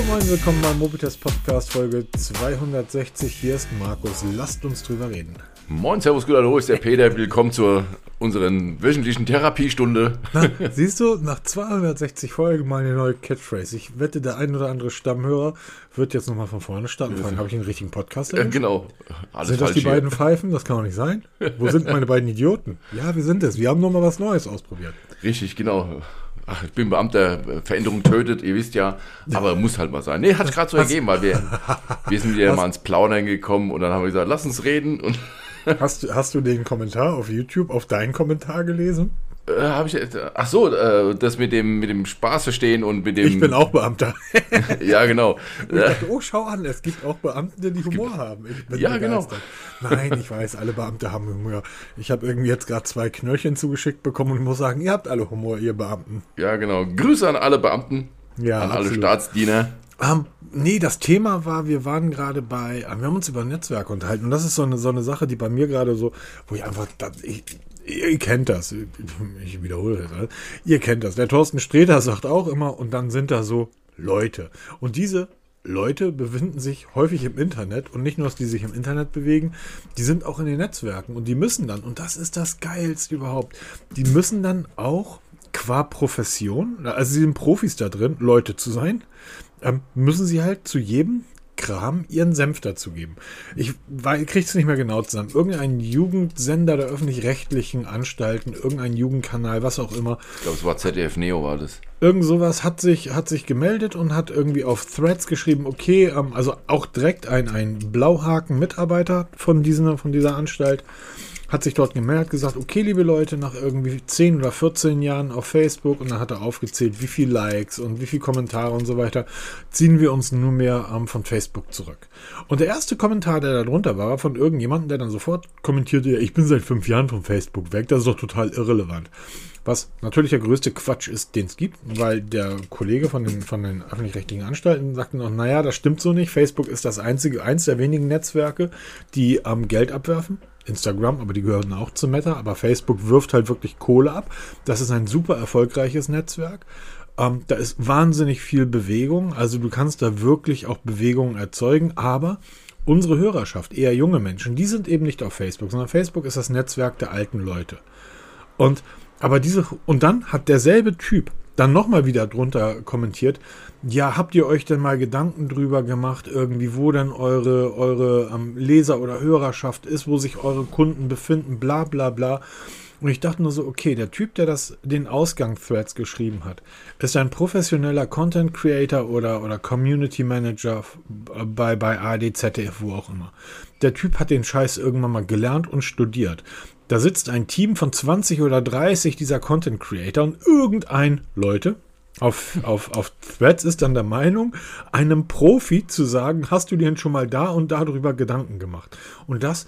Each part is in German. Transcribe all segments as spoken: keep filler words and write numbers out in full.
Moin, willkommen beim Mobitest Podcast Folge zweihundertsechzig. Hier ist Markus. Lasst uns drüber reden. Moin, servus, gut, hallo, ist der Peter. Willkommen zur unseren wöchentlichen Therapiestunde. Na, siehst du, nach zweihundertsechzig Folgen mal eine neue Catchphrase. Ich wette, der ein oder andere Stammhörer wird jetzt nochmal von vorne starten. Fragen, habe ich einen richtigen Podcast? Ja, genau. Alles sind das die hier. Beiden Pfeifen? Das kann doch nicht sein. Wo sind meine beiden Idioten? Ja, wir sind es. Wir haben nochmal was Neues ausprobiert. Richtig, genau. Ach, ich bin Beamter, Veränderung tötet, ihr wisst ja, aber muss halt mal sein. Nee, hat es gerade so was? ergeben, weil wir, wir sind wieder was? mal ins Plaudern gekommen und dann haben wir gesagt, lass uns reden. Und hast, hast du den Kommentar auf YouTube, auf deinen Kommentar gelesen? Äh, hab ich, ach so, äh, das mit dem, mit dem Spaß verstehen und mit dem... Ich bin auch Beamter. Ja, genau. Und ich dachte, oh, schau an, es gibt auch Beamte, die Humor haben. Ich bin ja, begeistert. Genau. Nein, ich weiß, alle Beamte haben Humor. Ich habe irgendwie jetzt gerade zwei Knöllchen zugeschickt bekommen und ich muss sagen, ihr habt alle Humor, ihr Beamten. Ja, genau. Grüße an alle Beamten, ja, an absolut. alle Staatsdiener. Um, nee, das Thema war, wir waren gerade bei, wir haben uns über Netzwerke unterhalten und das ist so eine, so eine Sache, die bei mir gerade so, wo ich einfach, ich, ihr kennt das, ich wiederhole das, ihr kennt das. Der Thorsten Sträter sagt auch immer, und dann sind da so Leute. Und diese Leute befinden sich häufig im Internet und nicht nur, dass die sich im Internet bewegen, die sind auch in den Netzwerken und die müssen dann, und das ist das Geilste überhaupt, die müssen dann auch qua Profession, also sie sind Profis da drin, Leute zu sein, ähm, müssen sie halt zu jedem Kram ihren Senf dazugeben. Ich kriege es nicht mehr genau zusammen. Irgendein Jugendsender der öffentlich-rechtlichen Anstalten, irgendein Jugendkanal, was auch immer. Ich glaube, es war Z D F Neo, war das. Irgend sowas hat sich, hat sich gemeldet und hat irgendwie auf Threads geschrieben, okay, ähm, also auch direkt ein, ein Blauhaken-Mitarbeiter von, diesen, von dieser Anstalt hat sich dort gemeldet, gesagt, okay, liebe Leute, nach irgendwie zehn oder vierzehn Jahren auf Facebook, und dann hat er aufgezählt, wie viele Likes und wie viele Kommentare und so weiter, ziehen wir uns nur mehr ähm, von Facebook zurück. Und der erste Kommentar, der da drunter war, war von irgendjemandem, der dann sofort kommentierte, ich bin seit fünf Jahren von Facebook weg, das ist doch total irrelevant. Was natürlich der größte Quatsch ist, den es gibt, weil der Kollege von den, von den öffentlich-rechtlichen Anstalten sagte noch, naja, das stimmt so nicht, Facebook ist das einzige, eins der wenigen Netzwerke, die ähm, Geld abwerfen. Instagram, aber die gehören auch zu Meta, aber Facebook wirft halt wirklich Kohle ab. Das ist ein super erfolgreiches Netzwerk. Ähm, da ist wahnsinnig viel Bewegung, also du kannst da wirklich auch Bewegungen erzeugen, aber unsere Hörerschaft, eher junge Menschen, die sind eben nicht auf Facebook, sondern Facebook ist das Netzwerk der alten Leute. Und aber diese, und dann hat derselbe Typ dann nochmal wieder drunter kommentiert, ja, habt ihr euch denn mal Gedanken drüber gemacht, irgendwie, wo denn eure, eure ähm, Leser- oder Hörerschaft ist, wo sich eure Kunden befinden, bla bla bla. Und ich dachte nur so, okay, der Typ, der das den Ausgang-Threads geschrieben hat, ist ein professioneller Content Creator oder, oder Community Manager bei, bei A R D, Z D F, wo auch immer. Der Typ hat den Scheiß irgendwann mal gelernt und studiert. Da sitzt ein Team von zwanzig oder dreißig dieser Content Creator und irgendein, Leute, auf, auf, auf Threads ist dann der Meinung, einem Profi zu sagen, hast du dir denn schon mal da und darüber Gedanken gemacht? Und das,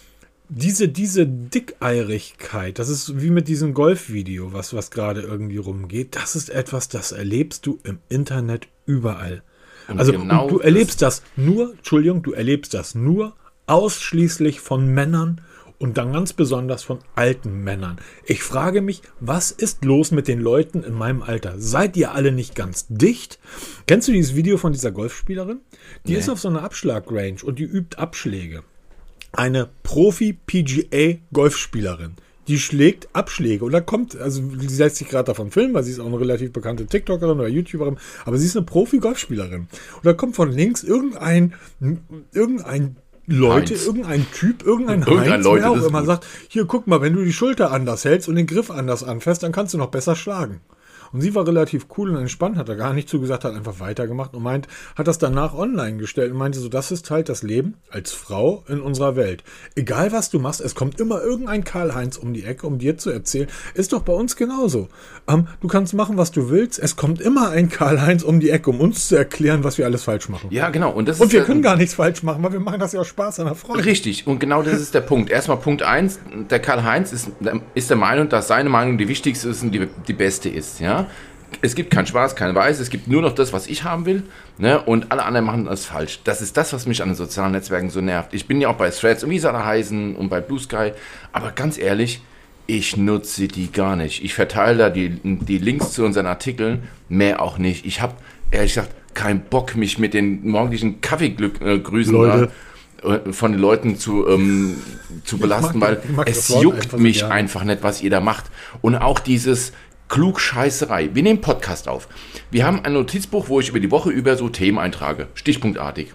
diese, diese Dickeirigkeit, das ist wie mit diesem Golfvideo, was, was gerade irgendwie rumgeht, das ist etwas, das erlebst du im Internet überall. Und also genau und du erlebst das nur, Entschuldigung, du erlebst das nur ausschließlich von Männern, und dann ganz besonders von alten Männern. Ich frage mich, was ist los mit den Leuten in meinem Alter? Seid ihr alle nicht ganz dicht? Kennst du dieses Video von dieser Golfspielerin? Die nee. ist auf so einer Abschlagrange und die übt Abschläge. Eine Profi-P G A-Golfspielerin. Die schlägt Abschläge und da kommt, also sie lässt sich gerade davon filmen, weil sie ist auch eine relativ bekannte TikTokerin oder YouTuberin, aber sie ist eine Profi-Golfspielerin. Und da kommt von links irgendein, irgendein Leute, Heinz. irgendein Typ, irgendein, irgendein Heinz, Leute, wer auch immer, sagt, hier, guck mal, wenn du die Schulter anders hältst und den Griff anders anfasst, dann kannst du noch besser schlagen. Und sie war relativ cool und entspannt, hat da gar nicht zugesagt, hat einfach weitergemacht und meint, hat das danach online gestellt und meinte so, das ist halt das Leben als Frau in unserer Welt. Egal was du machst, es kommt immer irgendein Karl-Heinz um die Ecke, um dir zu erzählen, ist doch bei uns genauso. Ähm, du kannst machen, was du willst, es kommt immer ein Karl-Heinz um die Ecke, um uns zu erklären, was wir alles falsch machen. Ja, genau. Und, das und ist wir ja, können gar nichts falsch machen, weil wir machen das ja aus Spaß an der Freude. Richtig, und genau das ist der Punkt. Erstmal Punkt eins, der Karl-Heinz ist, ist der Meinung, dass seine Meinung die wichtigste ist und die, die beste ist, ja. Es gibt keinen Schwarz, kein Weiß, es gibt nur noch das, was ich haben will, ne? Und alle anderen machen das falsch. Das ist das, was mich an den sozialen Netzwerken so nervt. Ich bin ja auch bei Threads und wie sie alle heißen und bei Blue Sky, aber ganz ehrlich, ich nutze die gar nicht. Ich verteile da die, die Links zu unseren Artikeln, mehr auch nicht. Ich habe, ehrlich gesagt, keinen Bock, mich mit den morgendlichen Kaffeegrüßen Leute. äh, von den Leuten zu, ähm, zu belasten, mag- weil ich mag es das Wort juckt einfach so mich gerne. einfach nicht, was ihr da macht. Und auch dieses Klugscheißerei. Wir nehmen Podcast auf. Wir haben ein Notizbuch, wo ich über die Woche über so Themen eintrage, stichpunktartig.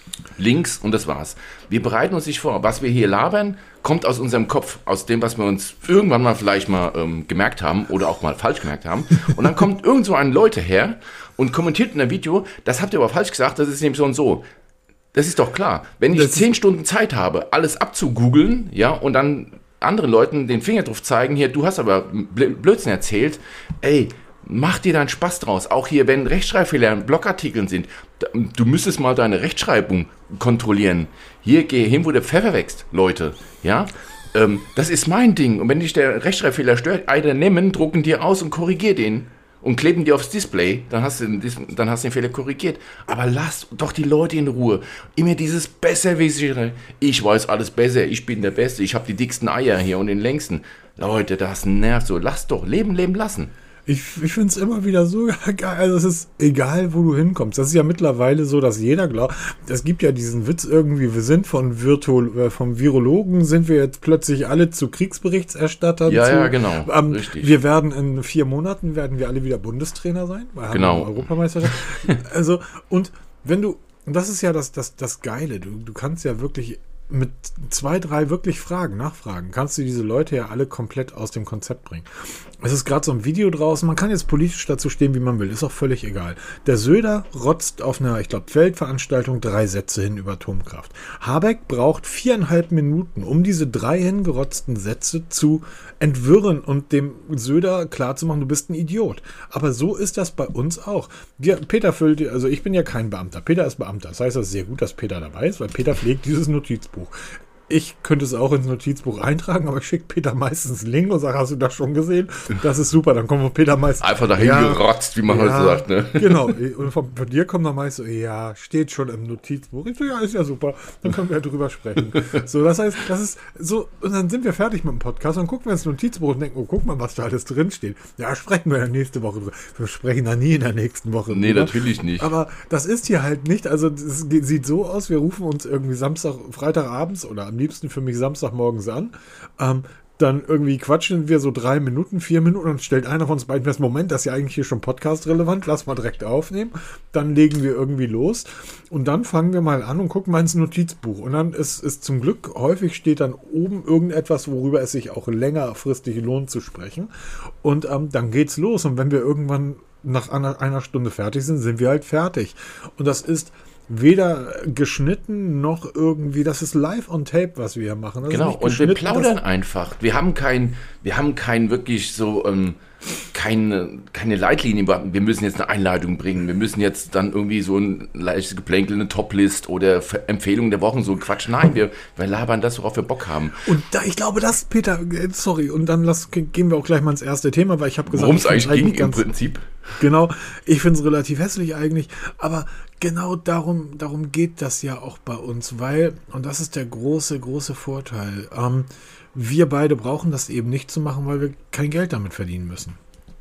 Links und das war's. Wir bereiten uns nicht vor. Was wir hier labern, kommt aus unserem Kopf, aus dem, was wir uns irgendwann mal vielleicht mal ähm, gemerkt haben oder auch mal falsch gemerkt haben. Und dann kommt irgend so ein Leute her und kommentiert in einem Video, das habt ihr aber falsch gesagt, das ist nämlich so und so. Das ist doch klar. Wenn ich Das zehn Stunden Zeit habe, alles abzugoogeln, ja, und dann anderen Leuten den Finger drauf zeigen, hier, du hast aber Bl- Blödsinn erzählt, ey, mach dir dann Spaß draus. Auch hier, wenn Rechtschreibfehler in Blogartikeln sind, da- du müsstest mal deine Rechtschreibung kontrollieren. Hier, geh hin, wo der Pfeffer wächst, Leute, ja. Ähm, das ist mein Ding. Und wenn dich der Rechtschreibfehler stört, Eider nehmen, drucken dir aus und korrigier den. Und kleben die aufs Display, dann hast du den, Dis- dann hast du den Fehler korrigiert. Aber lass doch die Leute in Ruhe. Immer dieses Besserwissere. Ich weiß alles besser, ich bin der Beste, ich habe die dicksten Eier hier und den längsten. Leute, das nervt so. Lass doch, leben, leben lassen. Ich, ich finde es immer wieder so geil. Also es ist egal, wo du hinkommst. Das ist ja mittlerweile so, dass jeder glaubt, es gibt ja diesen Witz irgendwie, wir sind von Virtu, äh, vom Virologen, sind wir jetzt plötzlich alle zu Kriegsberichterstattern. Ja, zu, ja, genau. Ähm, Richtig. wir werden in vier Monaten, werden wir alle wieder Bundestrainer sein. Wir haben Genau. eine Europameisterschaft. Also, und wenn du, und das ist ja das, das, das Geile, du, du kannst ja wirklich mit zwei, drei wirklich Fragen, Nachfragen, kannst du diese Leute ja alle komplett aus dem Konzept bringen. Es ist gerade so ein Video draußen, man kann jetzt politisch dazu stehen, wie man will, ist auch völlig egal. Der Söder rotzt auf einer, ich glaube, Feldveranstaltung drei Sätze hin über Atomkraft. Habeck braucht viereinhalb Minuten, um diese drei hingerotzten Sätze zu entwirren und dem Söder klarzumachen, du bist ein Idiot. Aber so ist das bei uns auch. Wir, Peter füllt, also ich bin ja kein Beamter, Peter ist Beamter. Das heißt, es ist sehr gut, dass Peter dabei ist, weil Peter pflegt dieses Notizbuch. Ich könnte es auch ins Notizbuch eintragen, aber ich schicke Peter meistens einen Link und sage, hast du das schon gesehen? Das ist super, dann kommen wir Peter meistens... Einfach dahin ja, gerotzt, wie man ja, heute sagt, ne? Genau, und von, von dir kommt dann meist so, ja, steht schon im Notizbuch. Ich so, ja, ist ja super, dann können wir ja drüber sprechen. So, das heißt, das ist so, und dann sind wir fertig mit dem Podcast und gucken wir ins Notizbuch und denken, oh, guck mal, was da alles drin steht. Ja, sprechen wir ja nächste Woche drüber. Wir sprechen da nie in der nächsten Woche Nee, drüber. natürlich nicht. Aber das ist hier halt nicht, also es ge- sieht so aus, wir rufen uns irgendwie Samstag, Freitagabends oder am liebsten für mich Samstagmorgens an, ähm, dann irgendwie quatschen wir so drei Minuten, vier Minuten und stellt einer von uns beiden fest, Moment, das ist ja eigentlich hier schon podcast-relevant, lass mal direkt aufnehmen. Dann legen wir irgendwie los und dann fangen wir mal an und gucken mal ins Notizbuch. Und dann ist, ist zum Glück, häufig steht dann oben irgendetwas, worüber es sich auch längerfristig lohnt zu sprechen. Und ähm, dann geht's los. Und wenn wir irgendwann nach einer, einer Stunde fertig sind, sind wir halt fertig. Und das ist weder geschnitten noch irgendwie, das ist live on tape, was wir hier machen. Das Genau, ist nicht und wir geschnitten, plaudern das- einfach. Wir haben kein, wir haben kein wirklich so, ähm, keine, keine Leitlinie. Wir müssen jetzt eine Einleitung bringen. Wir müssen jetzt dann irgendwie so ein leichtes Geplänkel, eine Toplist oder F- Empfehlungen der Wochen, so ein Quatsch. Nein, wir, wir labern das, worauf wir Bock haben. Und da, ich glaube, das, Peter, äh, sorry, und dann lass, gehen wir auch gleich mal ins erste Thema, weil ich habe gesagt, Worum ich es find's eigentlich ging im ganz, Prinzip. genau, ich finde es relativ hässlich eigentlich, aber genau darum, darum geht das ja auch bei uns, weil, und das ist der große, große Vorteil, ähm, wir beide brauchen das eben nicht zu machen, weil wir kein Geld damit verdienen müssen.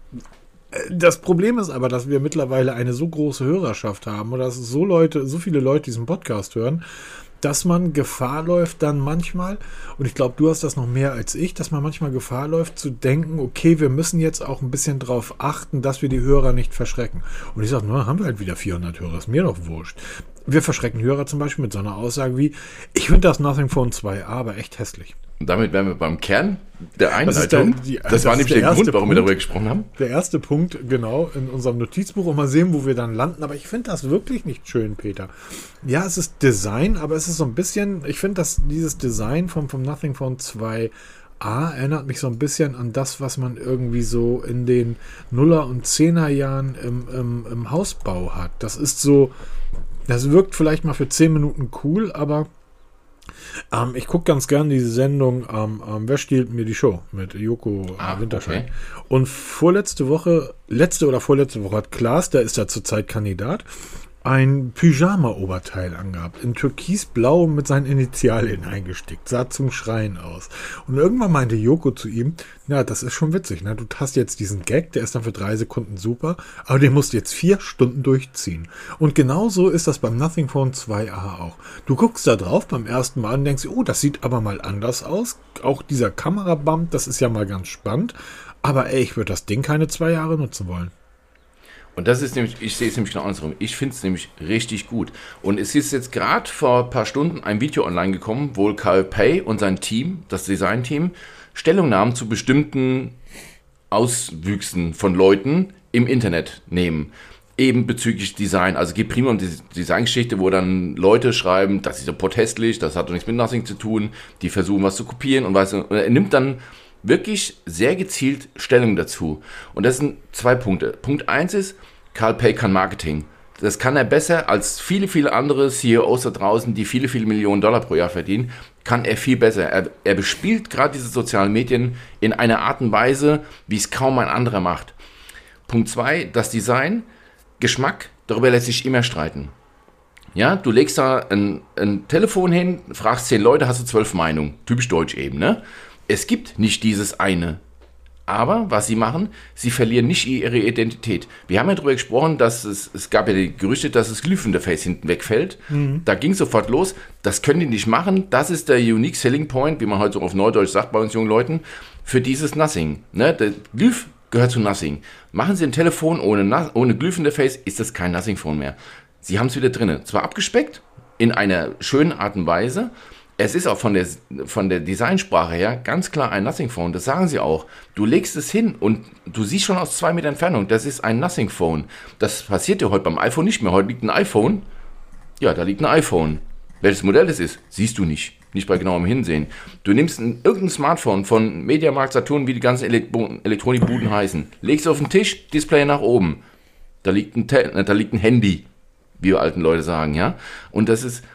Das Problem ist aber, dass wir mittlerweile eine so große Hörerschaft haben oder dass so Leute, so viele Leute diesen Podcast hören, dass man Gefahr läuft dann manchmal, und ich glaube, du hast das noch mehr als ich, dass man manchmal Gefahr läuft zu denken, okay, wir müssen jetzt auch ein bisschen drauf achten, dass wir die Hörer nicht verschrecken. Und ich sage, na, haben wir halt wieder vierhundert Hörer, ist mir doch wurscht. Wir verschrecken Hörer zum Beispiel mit so einer Aussage wie, ich finde das Nothing Phone zwei a aber echt hässlich. Und damit wären wir beim Kern der Das ist der- Einleitung. die- Das, das war ist nämlich der der Grund, erste warum wir Punkt. darüber gesprochen haben. Der erste Punkt, genau, in unserem Notizbuch und mal sehen, wo wir dann landen. Aber ich finde das wirklich nicht schön, Peter. Ja, es ist Design, aber es ist so ein bisschen, ich finde, dass dieses Design vom, vom Nothing Phone zwei a erinnert mich so ein bisschen an das, was man irgendwie so in den Nuller- und Zehner-Jahren im, im, im Hausbau hat. Das ist so, das wirkt vielleicht mal für zehn Minuten cool, aber Ähm, ich gucke ganz gern diese Sendung ähm, ähm, Wer stiehlt mir die Show mit Joko Ah, äh, Winterscheid. okay. Und vorletzte Woche, letzte oder vorletzte Woche hat Klaas, der ist ja zurzeit Kandidat, ein Pyjama-Oberteil angehabt, in türkisblau mit seinen Initialien eingestickt, sah zum Schreien aus. Und irgendwann meinte Joko zu ihm, na, das ist schon witzig, ne? Du hast jetzt diesen Gag, der ist dann für drei Sekunden super, aber den musst du jetzt vier Stunden durchziehen. Und genauso ist das beim Nothing Phone zwei a auch. Du guckst da drauf beim ersten Mal und denkst, oh, das sieht aber mal anders aus. Auch dieser Kamerabump, das ist ja mal ganz spannend. Aber ey, ich würde das Ding keine zwei Jahre nutzen wollen. Und das ist nämlich, ich sehe es nämlich genau andersrum. Ich finde es nämlich richtig gut. Und es ist jetzt gerade vor ein paar Stunden ein Video online gekommen, wo Carl Pei und sein Team, das Designteam, Stellungnahmen zu bestimmten Auswüchsen von Leuten im Internet nehmen. Eben bezüglich Design. Also es geht primär um die Designgeschichte, wo dann Leute schreiben, das ist so protestlich, das hat doch nichts mit Nothing zu tun, die versuchen was zu kopieren und was. Und er nimmt dann wirklich sehr gezielt Stellung dazu. Und das sind zwei Punkte. Punkt eins ist, Carl Pei kann Marketing. Das kann er besser als viele, viele andere C E Os da draußen, die viele, viele Millionen Dollar pro Jahr verdienen, kann er viel besser. Er, er bespielt gerade diese sozialen Medien in einer Art und Weise, wie es kaum ein anderer macht. Punkt zwei, das Design, Geschmack, darüber lässt sich immer streiten. Ja, du legst da ein, ein Telefon hin, fragst zehn Leute, hast du zwölf Meinungen. Typisch deutsch eben, ne? Es gibt nicht dieses eine. Aber was sie machen, sie verlieren nicht ihre Identität. Wir haben ja darüber gesprochen, dass es, es gab ja die Gerüchte, dass das Glyph-Interface hinten wegfällt. Mhm. Da ging es sofort los. Das können die nicht machen. Das ist der Unique Selling Point, wie man heute so auf Neudeutsch sagt bei uns jungen Leuten, für dieses Nothing. Ne? Der Glyph gehört zu Nothing. Machen Sie ein Telefon ohne, ohne Glyph-Interface, ist das kein Nothing-Phone mehr. Sie haben es wieder drin. Zwar abgespeckt, in einer schönen Art und Weise. Es ist auch von der, von der Designsprache her ganz klar ein Nothing Phone. Das sagen sie auch. Du legst es hin und du siehst schon aus zwei Meter Entfernung, das ist ein Nothing Phone. Das passiert dir heute beim iPhone nicht mehr. Heute liegt ein iPhone. Ja, da liegt ein iPhone. Welches Modell das ist, siehst du nicht. Nicht bei genauem Hinsehen. Du nimmst ein, irgendein Smartphone von Mediamarkt, Saturn, wie die ganzen Elektro- Elektronikbuden heißen, legst es auf den Tisch, Display nach oben. Da liegt ein, Te- da liegt ein Handy, wie wir alten Leute sagen, ja. Und das ist...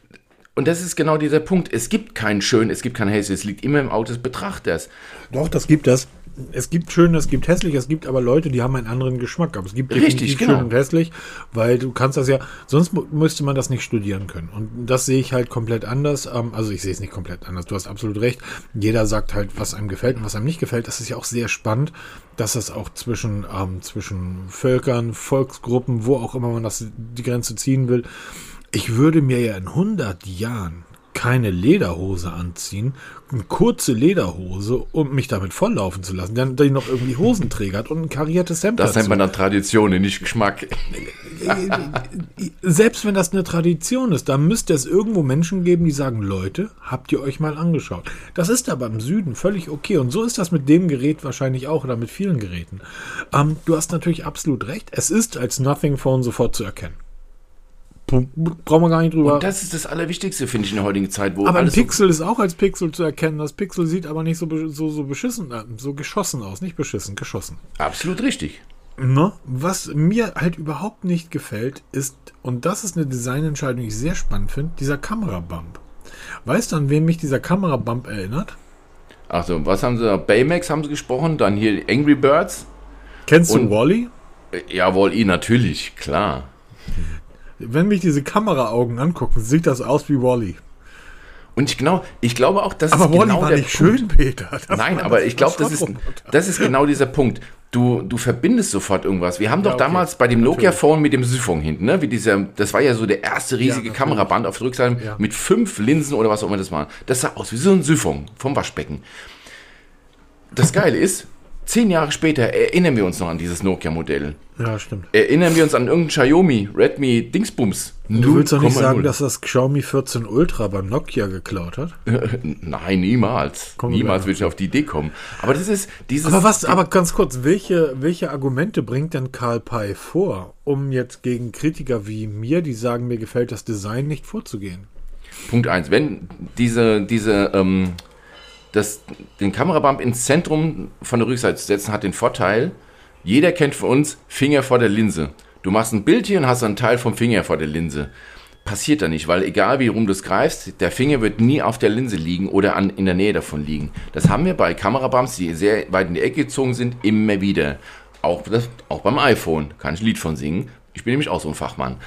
Und das ist genau dieser Punkt. Es gibt kein Schön, es gibt kein Hässlich. Es liegt immer im Auge des Betrachters. Doch, das gibt es. Es gibt schön, es gibt hässlich, es gibt aber Leute, die haben einen anderen Geschmack. Aber es gibt Richtig, genau. Schön und hässlich, weil du kannst das ja, sonst mu- müsste man das nicht studieren können. Und das sehe ich halt komplett anders. Ähm, also ich sehe es nicht komplett anders. Du hast absolut recht. Jeder sagt halt, was einem gefällt und was einem nicht gefällt. Das ist ja auch sehr spannend, dass das auch zwischen, ähm, zwischen Völkern, Volksgruppen, wo auch immer man das die Grenze ziehen will. Ich würde mir ja in hundert Jahren keine Lederhose anziehen, eine kurze Lederhose, um mich damit volllaufen zu lassen, dann die noch irgendwie Hosenträger hat und ein kariertes Hemd Das nennt man dann Tradition, nicht Geschmack. Selbst wenn das eine Tradition ist, da müsste es irgendwo Menschen geben, die sagen, Leute, habt ihr euch mal angeschaut. Das ist aber im Süden völlig okay und so ist das mit dem Gerät wahrscheinlich auch oder mit vielen Geräten. Ähm, du hast natürlich absolut recht, es ist als Nothing Phone sofort zu erkennen. Brauchen wir gar nicht drüber. Und das ist das Allerwichtigste, finde ich, in der heutigen Zeit. Wo aber ein alles Pixel so ist auch als Pixel zu erkennen. Das Pixel sieht aber nicht so, so, so beschissen, so geschossen aus. Nicht beschissen, geschossen. Absolut richtig. Ne? Was mir halt überhaupt nicht gefällt, ist, und das ist eine Designentscheidung, die ich sehr spannend finde, dieser Kamerabump. Weißt du, an wen mich dieser Kamerabump erinnert? Also, was haben sie da? Baymax haben sie gesprochen, dann hier Angry Birds. Kennst du Wall-E? Ja, Wall-E, natürlich, klar. Wenn mich diese Kameraaugen angucken, sieht das aus wie Wall-E. Und ich, genau, ich glaube auch, das aber ist Wall-E genau war der nicht Punkt. Schön, Peter. Das Nein, war, aber das ich glaube, das ist, das ist genau dieser Punkt. Du, du verbindest sofort irgendwas. Wir haben doch ja, okay. damals bei dem Nokia-Phone mit dem Siphon hinten, ne? Wie dieser, das war ja so der erste riesige ja, Kameraband auf der Rückseite ja. mit fünf Linsen oder was auch immer das war. Das sah aus wie so ein Siphon vom Waschbecken. Das Geile ist, zehn Jahre später erinnern wir uns noch an dieses Nokia-Modell. Ja, stimmt. Erinnern wir uns an irgendein Xiaomi, Redmi, Dingsbums. Du willst doch nicht sagen, dass das Xiaomi vierzehn Ultra beim Nokia geklaut hat? Nein, niemals. Kommen niemals würde ich auf die Idee kommen. Aber das ist dieses... Aber was, aber ganz kurz, welche, welche Argumente bringt denn Carl Pei vor, um jetzt gegen Kritiker wie mir, die sagen, mir gefällt das Design nicht, vorzugehen? Punkt eins, wenn diese, diese, ähm, das, den Kamerabump ins Zentrum von der Rückseite zu setzen, hat den Vorteil, jeder kennt von uns Finger vor der Linse. Du machst ein Bild hier und hast einen Teil vom Finger vor der Linse. Passiert da nicht, weil egal wie rum du es greifst, der Finger wird nie auf der Linse liegen oder an, in der Nähe davon liegen. Das haben wir bei Kamerabumps, die sehr weit in die Ecke gezogen sind, immer wieder. Auch, das, auch beim iPhone, kann ich ein Lied von singen. Ich bin nämlich auch so ein Fachmann.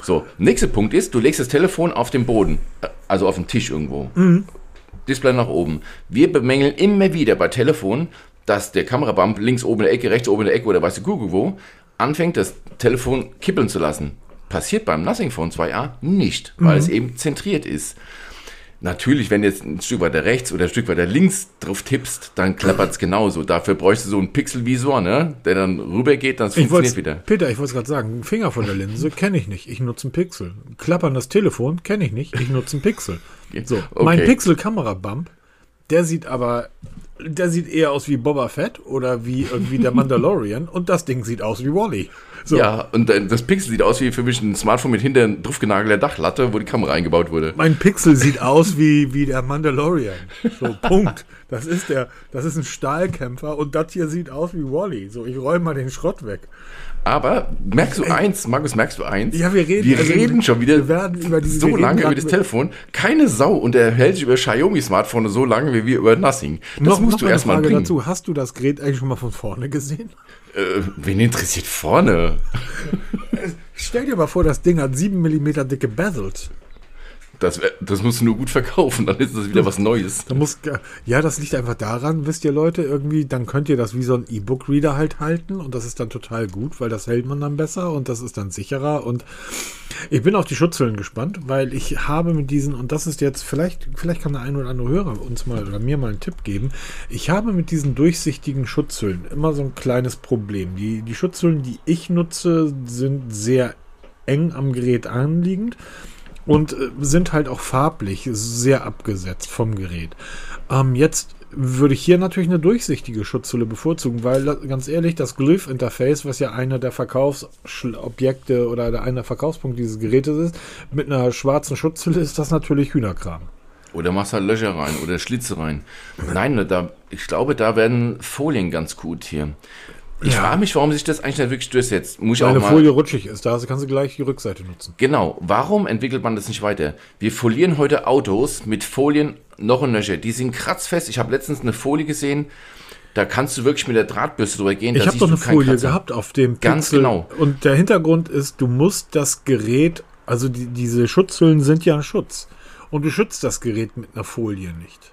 So, nächster Punkt ist, du legst das Telefon auf den Boden, also auf den Tisch irgendwo. Mhm. Display nach oben. Wir bemängeln immer wieder bei Telefonen, dass der Kamerabump links oben in der Ecke, rechts oben in der Ecke oder weißt du Google wo, anfängt das Telefon kippeln zu lassen. Passiert beim Nothing Phone zwei a nicht, weil mhm. es eben zentriert ist. Natürlich, wenn du jetzt ein Stück weiter rechts oder ein Stück weiter links drauf tippst, dann klappert es genauso. Dafür bräuchst du so einen Pixelvisor, ne, der dann rüber geht, dann funktioniert wieder. Peter, ich wollte es gerade sagen, ein Finger von der Linse kenne ich nicht, ich nutze einen Pixel. Klappern das Telefon kenne ich nicht, ich nutze einen Pixel. So, okay. Mein Pixel-Kamera-Bump, der sieht aber, der sieht eher aus wie Boba Fett oder wie irgendwie der Mandalorian und das Ding sieht aus wie Wall-E. So. Ja, und das Pixel sieht aus wie für mich ein Smartphone mit hinter draufgenagelter Dachlatte, wo die Kamera eingebaut wurde. Mein Pixel sieht aus wie, wie der Mandalorian. So, Punkt. Das ist der, das ist ein Stahlkämpfer und das hier sieht aus wie Wall-E. So, ich räume mal den Schrott weg. Aber merkst du Ey. eins, Markus, merkst du eins? Ja, wir reden, wir also reden schon wieder wir werden über diese, so lange über das Telefon. Keine Sau unterhält sich über Xiaomi-Smartphone so lange wie wir über Nothing. Das noch, musst noch du erstmal bringen. Dazu. Hast du das Gerät eigentlich schon mal von vorne gesehen? Äh, wen interessiert vorne? Stell dir mal vor, das Ding hat sieben Millimeter dicke Bezels. Das, das musst du nur gut verkaufen, dann ist das wieder was Neues. Da muss, ja, das liegt einfach daran, wisst ihr Leute, irgendwie, dann könnt ihr das wie so ein E-Book-Reader halt halten und das ist dann total gut, weil das hält man dann besser und das ist dann sicherer und ich bin auf die Schutzhüllen gespannt, weil ich habe mit diesen, und das ist jetzt, vielleicht, vielleicht kann der ein oder andere Hörer uns mal oder mir mal einen Tipp geben, ich habe mit diesen durchsichtigen Schutzhüllen immer so ein kleines Problem. Die, die Schutzhüllen, die ich nutze, sind sehr eng am Gerät anliegend. Und äh, sind halt auch farblich sehr abgesetzt vom Gerät. Ähm, jetzt würde ich hier natürlich eine durchsichtige Schutzhülle bevorzugen, weil ganz ehrlich, das Glyph-Interface, was ja einer der Verkaufsobjekte oder der, einer der Verkaufspunkte dieses Gerätes ist, mit einer schwarzen Schutzhülle ist das natürlich Hühnerkram. Oder machst halt Löcher rein oder Schlitze rein. Nein, da, ich glaube, da werden Folien ganz gut hier. Ich ja. frage mich, warum sich das eigentlich nicht wirklich durchsetzt. Muss Weil ich auch eine mal Folie rutschig ist, da kannst du gleich die Rückseite nutzen. Genau, warum entwickelt man das nicht weiter? Wir folieren heute Autos mit Folien noch und nöcher. Die sind kratzfest. Ich habe letztens eine Folie gesehen, da kannst du wirklich mit der Drahtbürste drüber gehen. Ich habe doch eine Folie Kratzer. gehabt auf dem Pixel. Ganz genau. Und der Hintergrund ist, du musst das Gerät, also die, diese Schutzhüllen sind ja ein Schutz. Und du schützt das Gerät mit einer Folie nicht.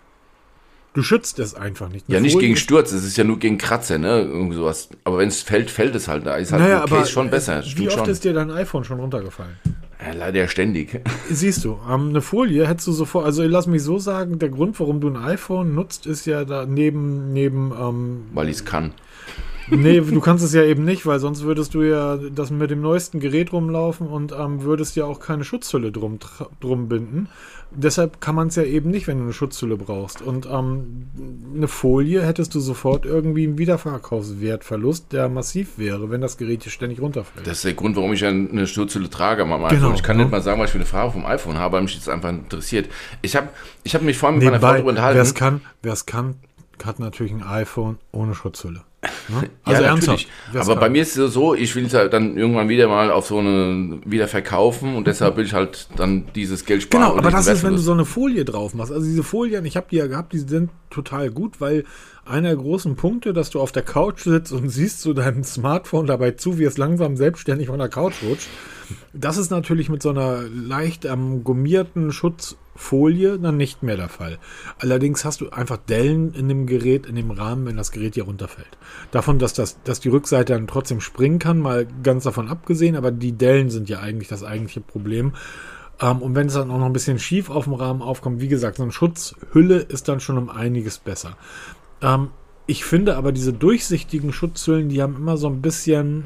Du schützt es einfach nicht. Eine ja, nicht Folie gegen Sturz, es ist ja nur gegen Kratzer, ne? Irgendwie sowas. Aber wenn es fällt, fällt es halt. Da ist halt naja, ein Case schon besser. Wie oft schon. Ist dir dein iPhone schon runtergefallen? Ja, leider ständig. Siehst du, ähm, eine Folie hättest du sofort, also lass mich so sagen, der Grund, warum du ein iPhone nutzt, ist ja da neben, neben ähm, weil ich es kann. Nee, du kannst es ja eben nicht, weil sonst würdest du ja das mit dem neuesten Gerät rumlaufen und ähm, würdest ja auch keine Schutzhülle drum, drum binden. Deshalb kann man es ja eben nicht, wenn du eine Schutzhülle brauchst. Und ähm, eine Folie hättest du sofort irgendwie einen Wiederverkaufswertverlust, der massiv wäre, wenn das Gerät hier ständig runterfällt. Das ist der Grund, warum ich eine Schutzhülle trage am iPhone. Genau, ich kann ja. nicht mal sagen, was ich für eine Farbe vom iPhone habe, weil mich das einfach interessiert. Ich habe ich hab mich vorhin mit Nebenbei, meiner Frau darüber unterhalten. Wer es kann, wer es kann, hat natürlich ein iPhone ohne Schutzhülle. Ne? Also ja, ernsthaft. Aber bei mir ist es so, ich will es halt dann irgendwann wieder mal auf so eine wieder verkaufen und deshalb will ich halt dann dieses Geld sparen. Genau, aber das ist, wenn du so eine Folie drauf machst. Also diese Folien, ich habe die ja gehabt, die sind total gut, weil einer der großen Punkte, dass du auf der Couch sitzt und siehst so deinem Smartphone dabei zu, wie es langsam selbstständig von der Couch rutscht. Das ist natürlich mit so einer leicht ähm, gummierten Schutzfolie dann nicht mehr der Fall. Allerdings hast du einfach Dellen in dem Gerät, in dem Rahmen, wenn das Gerät hier runterfällt. Davon, dass, das, dass die Rückseite dann trotzdem springen kann, mal ganz davon abgesehen, aber die Dellen sind ja eigentlich das eigentliche Problem. Ähm, und wenn es dann auch noch ein bisschen schief auf dem Rahmen aufkommt, wie gesagt, so eine Schutzhülle ist dann schon um einiges besser. Ähm, ich finde aber diese durchsichtigen Schutzhüllen, die haben immer so ein bisschen,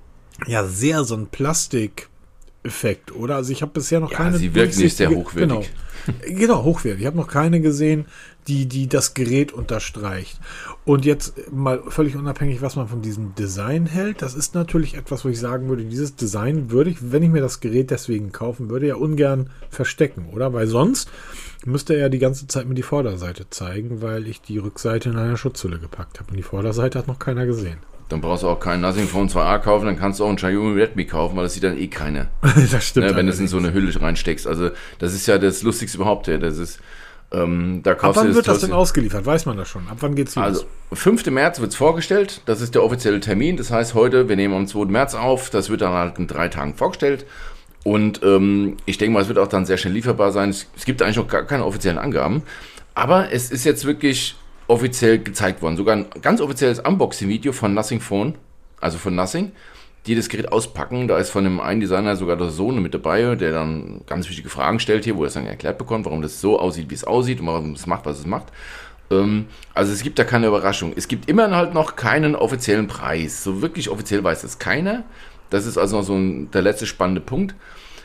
ja, sehr so ein Plastik- Effekt, oder? Also ich habe bisher noch ja, keine... sie wirken nicht sehr hochwertig. Genau, genau hochwertig. Ich habe noch keine gesehen, die, die das Gerät unterstreicht. Und jetzt mal völlig unabhängig, was man von diesem Design hält, das ist natürlich etwas, wo ich sagen würde, dieses Design würde ich, wenn ich mir das Gerät deswegen kaufen würde, ja ungern verstecken, oder? Weil sonst müsste er ja die ganze Zeit mir die Vorderseite zeigen, weil ich die Rückseite in einer Schutzhülle gepackt habe. Und die Vorderseite hat noch keiner gesehen. Dann brauchst du auch keinen Nothing Phone zwei a kaufen, dann kannst du auch einen Xiaomi Redmi kaufen, weil das sieht dann eh keiner. Das stimmt. Ne, wenn du es in so eine Hülle reinsteckst. Also das ist ja das Lustigste überhaupt. Ja. Das ist, ähm, da kaufst Ab wann du wird das denn ausgeliefert? Weiß man das schon? Ab wann geht's los? Also fünften März wird es vorgestellt. Das ist der offizielle Termin. Das heißt heute, wir nehmen am zweiten März auf. Das wird dann halt in drei Tagen vorgestellt. Und ähm, ich denke mal, es wird auch dann sehr schnell lieferbar sein. Es, es gibt eigentlich noch gar keine offiziellen Angaben. Aber es ist jetzt wirklich offiziell gezeigt worden. Sogar ein ganz offizielles Unboxing-Video von Nothing Phone, also von Nothing, die das Gerät auspacken. Da ist von dem einen Designer sogar der Sohn mit dabei, der dann ganz wichtige Fragen stellt hier, wo er es dann erklärt bekommt, warum das so aussieht, wie es aussieht und warum es macht, was es macht. Ähm, also es gibt da keine Überraschung. Es gibt immerhin halt noch keinen offiziellen Preis. So wirklich offiziell weiß es keiner. Das ist also noch so ein, der letzte spannende Punkt.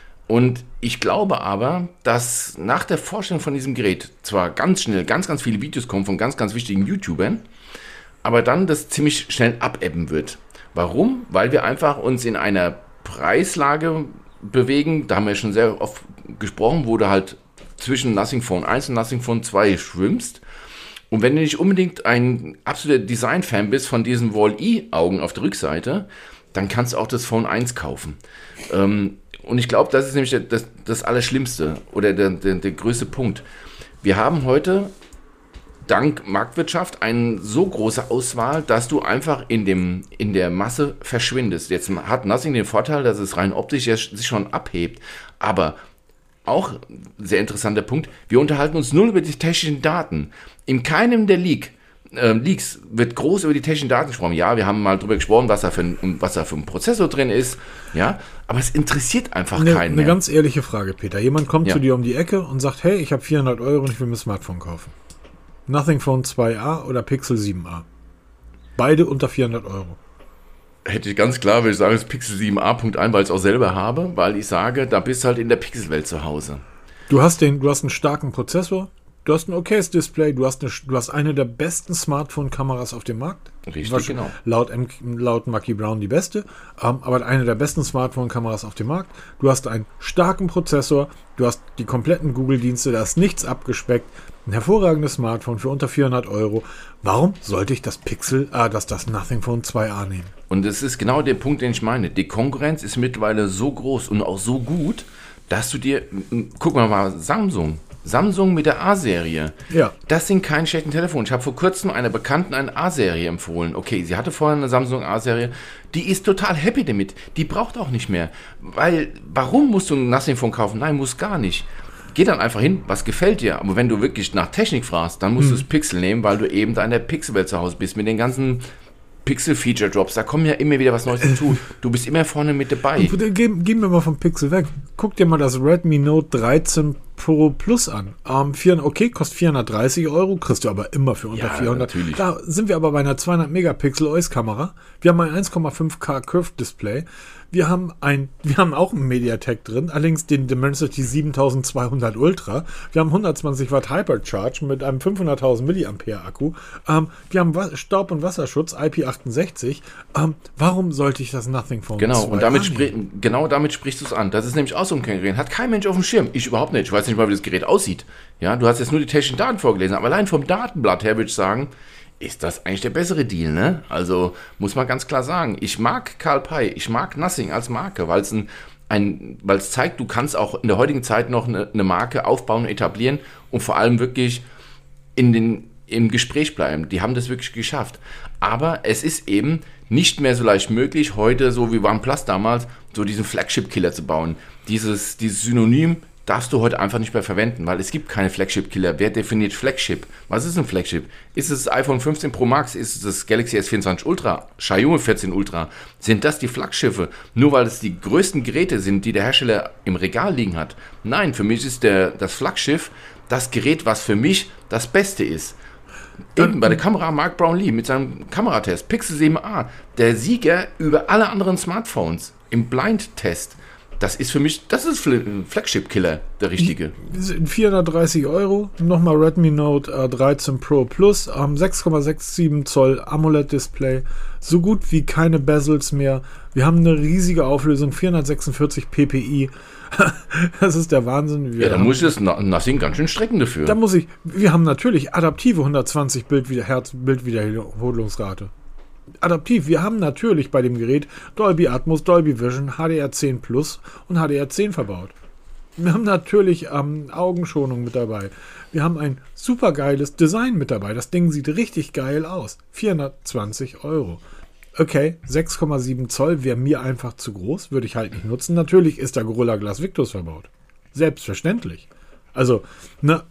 Und ich glaube aber, dass nach der Vorstellung von diesem Gerät zwar ganz schnell ganz, ganz viele Videos kommen von ganz, ganz wichtigen YouTubern, aber dann das ziemlich schnell abebben wird. Warum? Weil wir einfach uns in einer Preislage bewegen, da haben wir schon sehr oft gesprochen, wo du halt zwischen Nothing Phone eins und Nothing Phone zwei schwimmst. Und wenn du nicht unbedingt ein absoluter Design-Fan bist von diesen Wall-E-Augen auf der Rückseite, dann kannst du auch das Phone eins kaufen. Ähm, und ich glaube, das ist nämlich das, das Allerschlimmste oder der, der, der größte Punkt. Wir haben heute dank Marktwirtschaft eine so große Auswahl, dass du einfach in, dem, in der Masse verschwindest. Jetzt hat Nothing den Vorteil, dass es rein optisch sich schon abhebt, aber auch sehr interessanter Punkt, wir unterhalten uns nur über die technischen Daten. In keinem der Leak, äh, Leaks wird groß über die technischen Daten gesprochen. Ja, wir haben mal drüber gesprochen, was da für ein, was da für ein Prozessor drin ist, ja, aber es interessiert einfach eine, keinen Eine mehr. ganz ehrliche Frage, Peter. Jemand kommt Ja. zu dir um die Ecke und sagt, hey, ich habe vierhundert Euro und ich will mir ein Smartphone kaufen. Nothing Phone zwei a oder Pixel sieben a. Beide unter vierhundert Euro. Hätte ich ganz klar, würde ich sagen, das Pixel sieben a Punkt eins, weil ich es auch selber habe, weil ich sage, da bist du halt in der Pixelwelt zu Hause. Du hast, den, du hast einen starken Prozessor, du hast ein okayes Display, du hast eine, du hast eine der besten Smartphone-Kameras auf dem Markt. Richtig, Wasch- genau. Laut, M- laut Marky Brown die beste, ähm, aber eine der besten Smartphone-Kameras auf dem Markt. Du hast einen starken Prozessor, du hast die kompletten Google-Dienste, da ist nichts abgespeckt. Ein hervorragendes Smartphone für unter vierhundert Euro. Warum sollte ich das Pixel, ah, das, das Nothing Phone zwei a nehmen? Und das ist genau der Punkt, den ich meine. Die Konkurrenz ist mittlerweile so groß und auch so gut, dass du dir, m- guck mal mal, Samsung, Samsung mit der A-Serie, Ja. das sind keine schlechten Telefone. Ich habe vor kurzem einer Bekannten eine A-Serie empfohlen. Okay, sie hatte vorher eine Samsung A-Serie, die ist total happy damit. Die braucht auch nicht mehr. Weil, warum musst du ein Nothing Phone kaufen? Nein, muss gar nicht. Geh dann einfach hin, was gefällt dir. Aber wenn du wirklich nach Technik fragst, dann musst du das Pixel nehmen, weil du eben da in der Pixelwelt zu Hause bist mit den ganzen Pixel-Feature-Drops. Da kommen ja immer wieder was Neues hinzu. Du bist immer vorne mit dabei. Gehen, gehen wir mal vom Pixel weg. Guck dir mal das Redmi Note dreizehn Pro Plus an. Ähm, vier, okay, kostet vierhundertdreißig Euro, kriegst du aber immer für unter Ja, vierhundert. natürlich. Da sind wir aber bei einer zweihundert Megapixel O I S-Kamera. Wir haben ein eins Komma fünf K Curved Display. Wir haben ein, wir haben auch einen MediaTek drin, allerdings den Dimensity siebentausendzweihundert Ultra. Wir haben hundertzwanzig Watt Hypercharge mit einem fünfhunderttausend Milliampere Akku. Ähm, wir haben Wa- Staub- und Wasserschutz I P achtundsechzig. Ähm, warum sollte ich das Nothing Phone Genau, zwei und damit, annehmen? sprich, genau damit sprichst du es an. Das ist nämlich auch so ein Gerät. Hat kein Mensch auf dem Schirm. Ich überhaupt nicht. Ich weiß nicht mal, wie das Gerät aussieht. Ja, du hast jetzt nur die technischen Daten vorgelesen, aber allein vom Datenblatt her würde ich sagen, ist das eigentlich der bessere Deal, ne? Also muss man ganz klar sagen, ich mag Carl Pei, ich mag Nothing als Marke, weil es ein, ein, weil es zeigt, du kannst auch in der heutigen Zeit noch eine, eine Marke aufbauen, etablieren und vor allem wirklich in den, im Gespräch bleiben. Die haben das wirklich geschafft. Aber es ist eben nicht mehr so leicht möglich, heute, so wie OnePlus damals, so diesen Flagship-Killer zu bauen. Dieses, dieses Synonym darfst du heute einfach nicht mehr verwenden, weil es gibt keine Flagship-Killer. Wer definiert Flagship? Was ist ein Flagship? Ist es das iPhone fünfzehn Pro Max? Ist es das Galaxy S vierundzwanzig Ultra? Xiaomi vierzehn Ultra? Sind das die Flaggschiffe? Nur weil es die größten Geräte sind, die der Hersteller im Regal liegen hat? Nein, für mich ist der, das Flaggschiff das Gerät, was für mich das Beste ist. Eben bei der Kamera Mark Brownlee mit seinem Kameratest, Pixel sieben a, der Sieger über alle anderen Smartphones im Blind-Test. Das ist für mich, das ist ein Flagship-Killer, der richtige. vierhundertdreißig Euro, nochmal Redmi Note äh, dreizehn Pro Plus, ähm, sechs Komma siebenundsechzig Zoll AMOLED-Display, so gut wie keine Bezels mehr. Wir haben eine riesige Auflösung, vierhundertsechsundvierzig p p i. Das ist der Wahnsinn. Wir Ja, da haben, muss ich das Nothing ganz schön strecken dafür. da muss ich, wir haben natürlich adaptive hundertzwanzig Bildwieder, Hertz Bildwiederholungsrate. Adaptiv, wir haben natürlich bei dem Gerät Dolby Atmos, Dolby Vision, H D R zehn Plus und H D R zehn verbaut. Wir haben natürlich ähm, Augenschonung mit dabei. Wir haben ein super geiles Design mit dabei. Das Ding sieht richtig geil aus. vierhundertzwanzig Euro. okay, sechs Komma sieben Zoll wäre mir einfach zu groß, würde ich halt nicht nutzen. Natürlich ist da Gorilla Glass Victus verbaut. Selbstverständlich. Also, ne,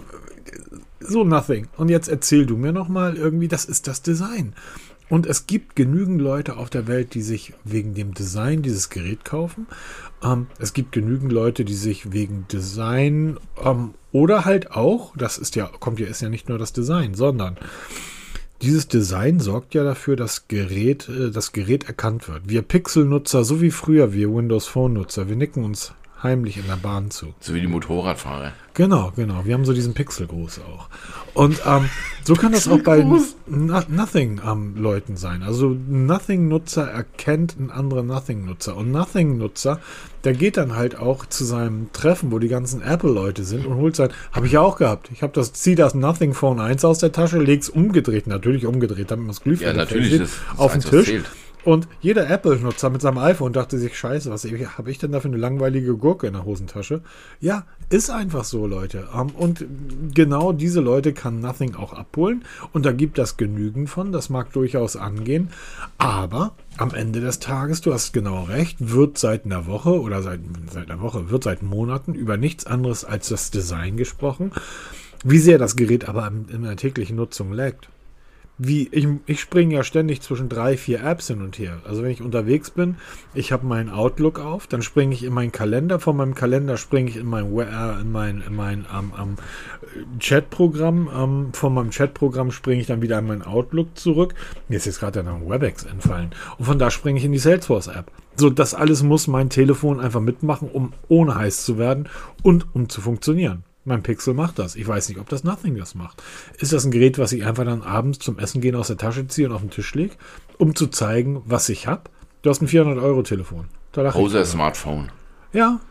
so nothing. Und jetzt erzähl du mir nochmal irgendwie, das ist das Design. Und es gibt genügend Leute auf der Welt, die sich wegen dem Design dieses Gerät kaufen. Ähm, es gibt genügend Leute, die sich wegen Design ähm, oder halt auch, das ist ja, kommt ja, ist ja nicht nur das Design, sondern dieses Design sorgt ja dafür, dass Gerät, äh, das Gerät erkannt wird. Wir Pixel-Nutzer, so wie früher, wir Windows Phone-Nutzer, wir nicken uns heimlich in der Bahn zu. So wie die Motorradfahrer. Genau, genau. Wir haben so diesen Pixelgruß auch. Und ähm, so kann das auch bei no Nothing-Leuten ähm, sein. Also ein Nothing-Nutzer erkennt einen anderen Nothing-Nutzer. Und Nothing-Nutzer, der geht dann halt auch zu seinem Treffen, wo die ganzen Apple-Leute sind und holt sein, habe ich ja auch gehabt. Ich habe das, zieh das Nothing Phone eins aus der Tasche, leg's umgedreht, natürlich umgedreht, damit man es Glyph ja, natürlich sieht, das, das auf den eins, Tisch. Und jeder Apple-Nutzer mit seinem iPhone dachte sich, scheiße, was habe ich denn da für eine langweilige Gurke in der Hosentasche? Ja, ist einfach so, Leute. Und genau diese Leute kann Nothing auch abholen. Und da gibt das genügend von. Das mag durchaus angehen. Aber am Ende des Tages, du hast genau recht, wird seit einer Woche oder seit, seit einer Woche, wird seit Monaten über nichts anderes als das Design gesprochen. Wie sehr das Gerät aber in, in der täglichen Nutzung laggt. Wie, ich, ich springe ja ständig zwischen drei, vier Apps hin und her. Also wenn ich unterwegs bin, ich habe meinen Outlook auf, dann springe ich in meinen Kalender, von meinem Kalender springe ich in mein, äh, in mein, in mein ähm, ähm, Chatprogramm, ähm, von meinem Chatprogramm springe ich dann wieder in mein Outlook zurück. Mir ist jetzt gerade ein WebEx entfallen. Und von da springe ich in die Salesforce-App. So, das alles muss mein Telefon einfach mitmachen, um ohne heiß zu werden und um zu funktionieren. Mein Pixel macht das. Ich weiß nicht, ob das Nothing das macht. Ist das ein Gerät, was ich einfach dann abends zum Essen gehen aus der Tasche ziehe und auf den Tisch lege, um zu zeigen, was ich habe? Du hast ein vierhundert-Euro-Telefon. Außer Smartphone. Ja.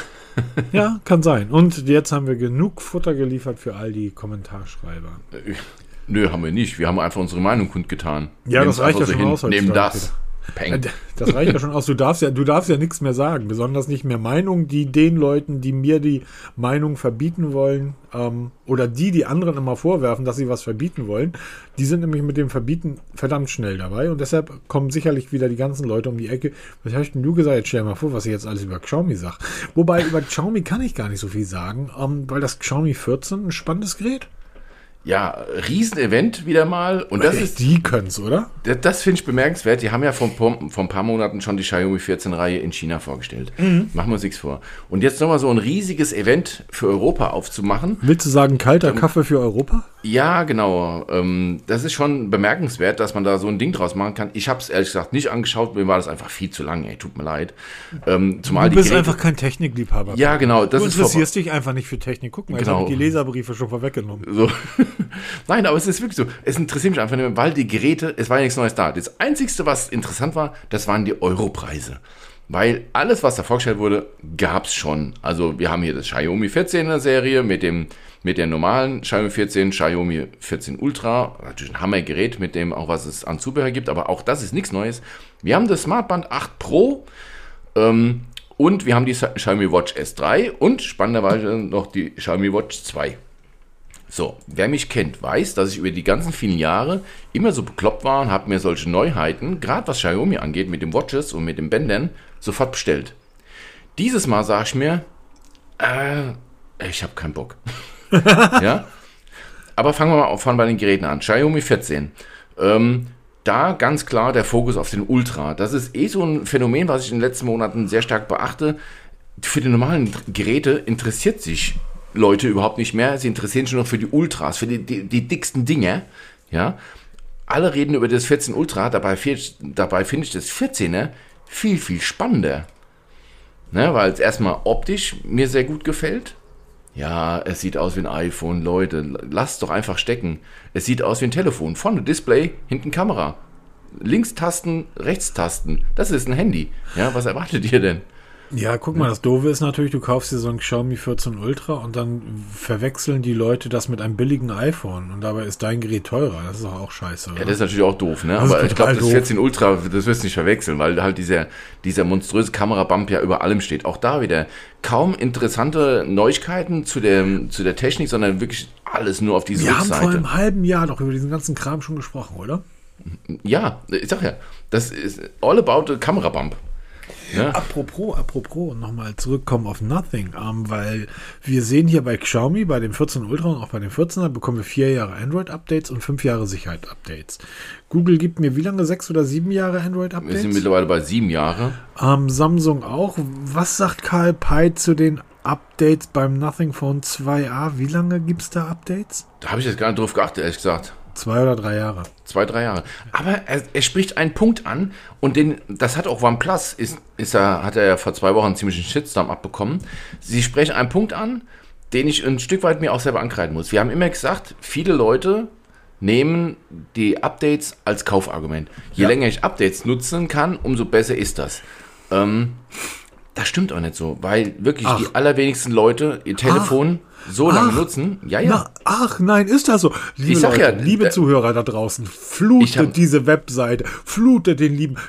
Ja, kann sein. Und jetzt haben wir genug Futter geliefert für all die Kommentarschreiber. Nö, haben wir nicht. Wir haben einfach unsere Meinung kundgetan. Ja, das reicht ja schon aus. Nehmen das. Peng. Das reicht ja schon aus. Du darfst ja, du darfst ja nichts mehr sagen. Besonders nicht mehr Meinung, die den Leuten, die mir die Meinung verbieten wollen, ähm, oder die, die anderen immer vorwerfen, dass sie was verbieten wollen, die sind nämlich mit dem Verbieten verdammt schnell dabei. Und deshalb kommen sicherlich wieder die ganzen Leute um die Ecke. Was hast denn du gesagt? Jetzt stell dir mal vor, was ich jetzt alles über Xiaomi sage. Wobei, über Xiaomi kann ich gar nicht so viel sagen, ähm, weil das Xiaomi vierzehn ein spannendes Gerät. Ja, Riesenevent wieder mal. Und das ist, die können es, oder? Das, das finde ich bemerkenswert. Die haben ja vor, vor ein paar Monaten schon die Xiaomi vierzehn-Reihe in China vorgestellt. Mhm. Machen wir uns nichts vor. Und jetzt nochmal so ein riesiges Event für Europa aufzumachen. Willst du sagen, kalter ähm, Kaffee für Europa? Ja, genau. Ähm, das ist schon bemerkenswert, dass man da so ein Ding draus machen kann. Ich habe es ehrlich gesagt nicht angeschaut. Mir war das einfach viel zu lang. Ey, tut mir leid. Ähm, zumal du bist die Geräte, einfach kein Technikliebhaber. Ja, genau. Das du ist interessierst dich einfach nicht für Technik. Guck mal, genau. Ich habe die Leserbriefe schon vorweggenommen. So. Nein, aber es ist wirklich so. Es interessiert mich einfach nicht mehr, weil die Geräte, es war ja nichts Neues da. Das Einzige, was interessant war, das waren die Europreise. Weil alles, was da vorgestellt wurde, gab es schon. Also wir haben hier das Xiaomi vierzehner Serie mit dem mit der normalen Xiaomi vierzehn, Xiaomi vierzehn Ultra. Natürlich ein Hammergerät, mit dem auch was es an Zubehör gibt, aber auch das ist nichts Neues. Wir haben das Smartband acht Pro ähm, und wir haben die Xiaomi Watch S drei und spannenderweise noch die Xiaomi Watch zwei. So, wer mich kennt, weiß, dass ich über die ganzen vielen Jahre immer so bekloppt war und habe mir solche Neuheiten, gerade was Xiaomi angeht, mit den Watches und mit den Bändern, sofort bestellt. Dieses Mal sage ich mir, äh, ich habe keinen Bock. Ja? Aber fangen wir mal von bei den Geräten an. Xiaomi vierzehn. Ähm, da ganz klar der Fokus auf den Ultra. Das ist eh so ein Phänomen, was ich in den letzten Monaten sehr stark beachte. Für die normalen Geräte interessiert sich Leute überhaupt nicht mehr. Sie interessieren sich nur noch für die Ultras, für die, die, die dicksten Dinge. Ja? Alle reden über das vierzehn Ultra, dabei, dabei finde ich das vierzehner viel, viel spannender. Ne? Weil es erstmal optisch mir sehr gut gefällt. Ja, es sieht aus wie ein iPhone. Leute, lasst doch einfach stecken. Es sieht aus wie ein Telefon. Vorne Display, hinten Kamera. Links Tasten, rechts Tasten. Das ist ein Handy. Ja, was erwartet ihr denn? Ja, guck mal, das Doofe ist natürlich, du kaufst dir so ein Xiaomi vierzehn Ultra und dann verwechseln die Leute das mit einem billigen iPhone und dabei ist dein Gerät teurer. Das ist doch auch scheiße, oder? Ja, das ist natürlich auch doof, ne? Aber ich glaube, das vierzehn Ultra, das wirst du nicht verwechseln, weil halt dieser, dieser monströse Kamerabump ja über allem steht. Auch da wieder kaum interessante Neuigkeiten zu der, zu der Technik, sondern wirklich alles nur auf diese Wir Rückseite. haben vor einem halben Jahr doch über diesen ganzen Kram schon gesprochen, oder? Ja, ich sag ja, das ist all about the Kamerabump. Ja. Apropos, apropos, nochmal zurückkommen auf Nothing, ähm, weil wir sehen hier bei Xiaomi, bei dem vierzehn Ultra und auch bei dem vierzehner bekommen wir vier Jahre Android-Updates und fünf Jahre Sicherheit-Updates. Google gibt mir wie lange? Sechs oder sieben Jahre Android-Updates? Wir sind mittlerweile bei sieben Jahre. Ähm, Samsung auch. Was sagt Karl Pei zu den Updates beim Nothing Phone zwei a? Wie lange gibt es da Updates? Da habe ich jetzt gar nicht drauf geachtet, ehrlich gesagt. Zwei oder drei Jahre. Zwei, drei Jahre. Aber er, er spricht einen Punkt an und den, das hat auch OnePlus, ist, ist er, hat er ja vor zwei Wochen einen ziemlichen Shitstorm abbekommen. Sie sprechen einen Punkt an, den ich ein Stück weit mir auch selber ankreiden muss. Wir haben immer gesagt, viele Leute nehmen die Updates als Kaufargument. Je ja. länger ich Updates nutzen kann, umso besser ist das. Ähm, das stimmt auch nicht so, weil wirklich Ach. die allerwenigsten Leute ihr Telefon Ach. so lange ach. nutzen. Ja, ja. Na, ach nein, ist das so? Liebe ich sag Leute, ja, liebe äh, Zuhörer da draußen, flutet hab, diese Webseite, flutet den lieben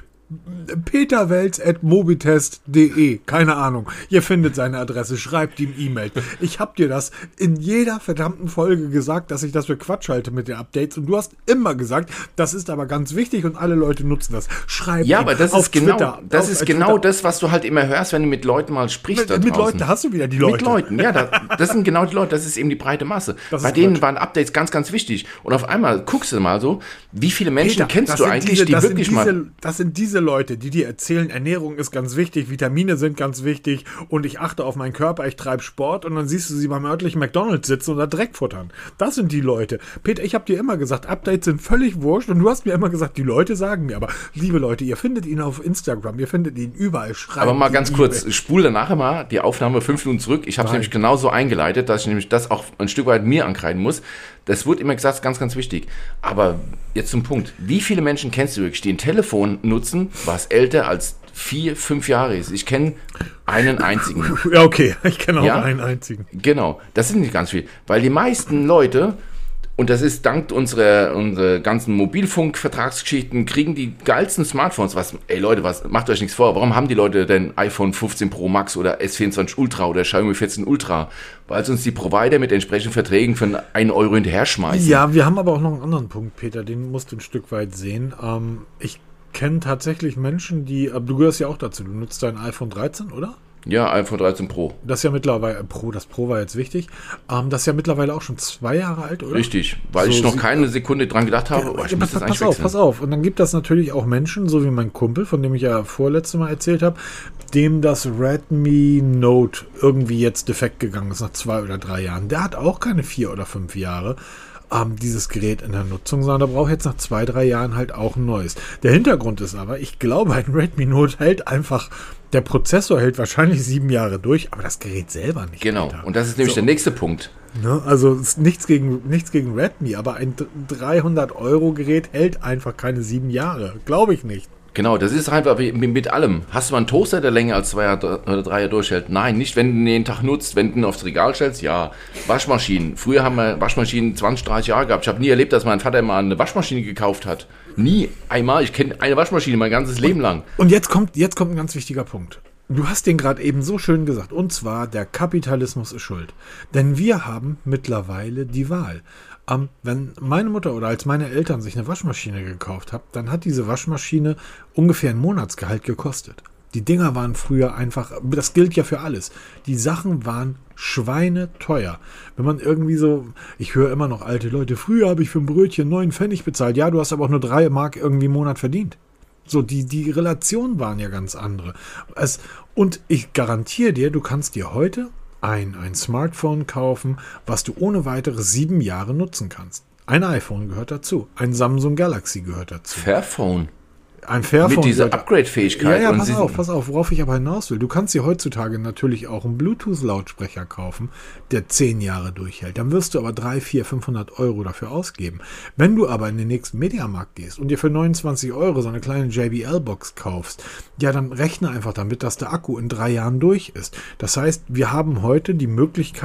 peterwelz at mobitest punkt de, keine Ahnung. Ihr findet seine Adresse, schreibt ihm E-Mail. Ich hab dir das in jeder verdammten Folge gesagt, dass ich das für Quatsch halte mit den Updates und du hast immer gesagt, das ist aber ganz wichtig und alle Leute nutzen das. Schreib Ja, ihm aber das auf ist genau, Twitter, das auf ist Twitter. genau das, was du halt immer hörst, wenn du mit Leuten mal sprichst. Mit, mit Leuten, da hast du wieder die Leute. Mit Leuten, ja, das, das sind genau die Leute, das ist eben die breite Masse. Das Bei denen Quatsch. waren Updates ganz, ganz wichtig. Und auf einmal guckst du mal so, wie viele Menschen Peter, kennst du eigentlich, diese, die wirklich diese, mal... Das sind diese Leute, die dir erzählen, Ernährung ist ganz wichtig, Vitamine sind ganz wichtig und ich achte auf meinen Körper, ich treibe Sport und dann siehst du sie beim örtlichen McDonald's sitzen und da Dreck futtern. Das sind die Leute. Peter, ich habe dir immer gesagt, Updates sind völlig wurscht und du hast mir immer gesagt, die Leute sagen mir, aber liebe Leute, ihr findet ihn auf Instagram, ihr findet ihn überall, schreibt Aber mal ganz ihn kurz, E-Mail. spul danach mal die Aufnahme fünf Minuten zurück. Ich habe es nämlich genauso eingeleitet, dass ich nämlich das auch ein Stück weit mir ankreiden muss. Das wird immer gesagt, ganz, ganz wichtig. Aber jetzt zum Punkt. Wie viele Menschen kennst du wirklich, die ein Telefon nutzen, was älter als vier, fünf Jahre ist? Ich kenne einen einzigen. Ja, okay, ich kenne auch Ja? einen einzigen. Genau, das sind nicht ganz viel. Weil die meisten Leute, und das ist dank unserer, unserer ganzen Mobilfunk-Vertragsgeschichten, kriegen die geilsten Smartphones. Was, ey Leute, was, macht euch nichts vor. Warum haben die Leute denn iPhone fünfzehn Pro Max oder S vierundzwanzig Ultra oder Xiaomi vierzehn Ultra? Weil es uns die Provider mit entsprechenden Verträgen für einen Euro hinterher schmeißen. Ja, wir haben aber auch noch einen anderen Punkt, Peter, den musst du ein Stück weit sehen. Ähm, ich kenne tatsächlich Menschen, die, aber du gehörst ja auch dazu, du nutzt dein iPhone dreizehn, oder? Ja, iPhone dreizehn Pro. Das ist ja mittlerweile, Pro, das Pro war jetzt wichtig, ähm, das ist ja mittlerweile auch schon zwei Jahre alt, oder? Richtig, weil So ich noch sieht- keine Sekunde dran gedacht habe, Ja, oh, ich ja, muss pass, das pass auf, einwechseln. pass auf. Und dann gibt das natürlich auch Menschen, so wie mein Kumpel, von dem ich ja vorletztes Mal erzählt habe, dem das Redmi Note irgendwie jetzt defekt gegangen ist nach zwei oder drei Jahren. Der hat auch keine vier oder fünf Jahre ähm, dieses Gerät in der Nutzung, sondern der braucht jetzt nach zwei, drei Jahren halt auch ein neues. Der Hintergrund ist aber, ich glaube, ein Redmi Note hält einfach, der Prozessor hält wahrscheinlich sieben Jahre durch, aber das Gerät selber nicht. Genau, Alter. und das ist nämlich So. der nächste Punkt. Ne? Also es ist nichts gegen, nichts gegen Redmi, aber ein dreihundert Euro Gerät hält einfach keine sieben Jahre. Glaube ich nicht. Genau, das ist einfach wie mit allem. Hast du mal einen Toaster, der länger als zwei Jahre oder drei Jahre durchhält? Nein, nicht, wenn du ihn jeden Tag nutzt. Wenn du ihn aufs Regal stellst, ja. Waschmaschinen. Früher haben wir Waschmaschinen zwanzig, dreißig Jahre gehabt. Ich habe nie erlebt, dass mein Vater mal eine Waschmaschine gekauft hat. Nie. Einmal. Ich kenne eine Waschmaschine mein ganzes Leben lang. Und jetzt kommt, jetzt kommt ein ganz wichtiger Punkt. Du hast den gerade eben so schön gesagt. Und zwar, der Kapitalismus ist schuld. Denn wir haben mittlerweile die Wahl. Ähm, wenn meine Mutter oder als meine Eltern sich eine Waschmaschine gekauft haben, dann hat diese Waschmaschine ungefähr ein Monatsgehalt gekostet. Die Dinger waren früher einfach, das gilt ja für alles. Die Sachen waren schweineteuer. Wenn man irgendwie so, ich höre immer noch alte Leute, früher habe ich für ein Brötchen neun Pfennig bezahlt. Ja, du hast aber auch nur drei Mark irgendwie im Monat verdient. So, die, die Relationen waren ja ganz andere. Es, und ich garantiere dir, du kannst dir heute ein, ein Smartphone kaufen, was du ohne weitere sieben Jahre nutzen kannst. Ein iPhone gehört dazu. Ein Samsung Galaxy gehört dazu. Fairphone. Ein Fairphone. Mit dieser gehört- Upgrade-Fähigkeit. Ja, ja, und pass sie- auf, pass auf, worauf ich aber hinaus will. Du kannst dir heutzutage natürlich auch einen Bluetooth-Lautsprecher kaufen, der zehn Jahre durchhält. Dann wirst du aber drei, vier, fünfhundert Euro dafür ausgeben. Wenn du aber in den nächsten Mediamarkt gehst und dir für neunundzwanzig Euro so eine kleine J B L-Box kaufst, ja, dann rechne einfach damit, dass der Akku in drei Jahren durch ist. Das heißt, wir haben heute die Möglichkeit,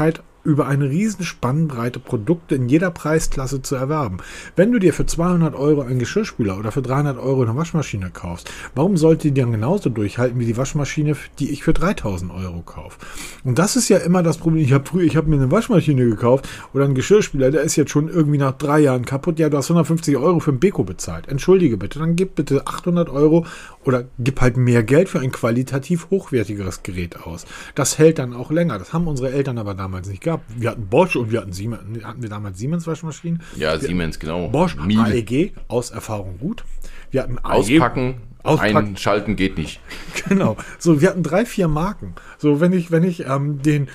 über eine riesen Spannbreite Produkte in jeder Preisklasse zu erwerben. Wenn du dir für zweihundert Euro einen Geschirrspüler oder für dreihundert Euro eine Waschmaschine kaufst, warum sollte die dann genauso durchhalten wie die Waschmaschine, die ich für dreitausend Euro kaufe? Und das ist ja immer das Problem. Ich habe früher, ich habe mir eine Waschmaschine gekauft oder einen Geschirrspüler, der ist jetzt schon irgendwie nach drei Jahren kaputt. Ja, du hast hundertfünfzig Euro für ein Beko bezahlt. Entschuldige bitte, dann gib bitte achthundert Euro oder gib halt mehr Geld für ein qualitativ hochwertigeres Gerät aus. Das hält dann auch länger. Das haben unsere Eltern aber damals nicht gehabt. Wir hatten Bosch und wir hatten Siemens. Hatten wir damals Siemens Waschmaschinen? Ja, wir Siemens, genau. Bosch, Miele. A E G, aus Erfahrung gut. Wir hatten A E G, Auspacken, auspacken, einschalten geht nicht. Genau. So, wir hatten drei, vier Marken. So, wenn ich, wenn ich ähm, den,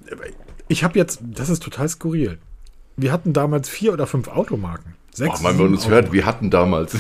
ich habe jetzt, das ist total skurril. Wir hatten damals vier oder fünf Automarken. Sechs, oh, wenn man uns hört, wir hatten damals.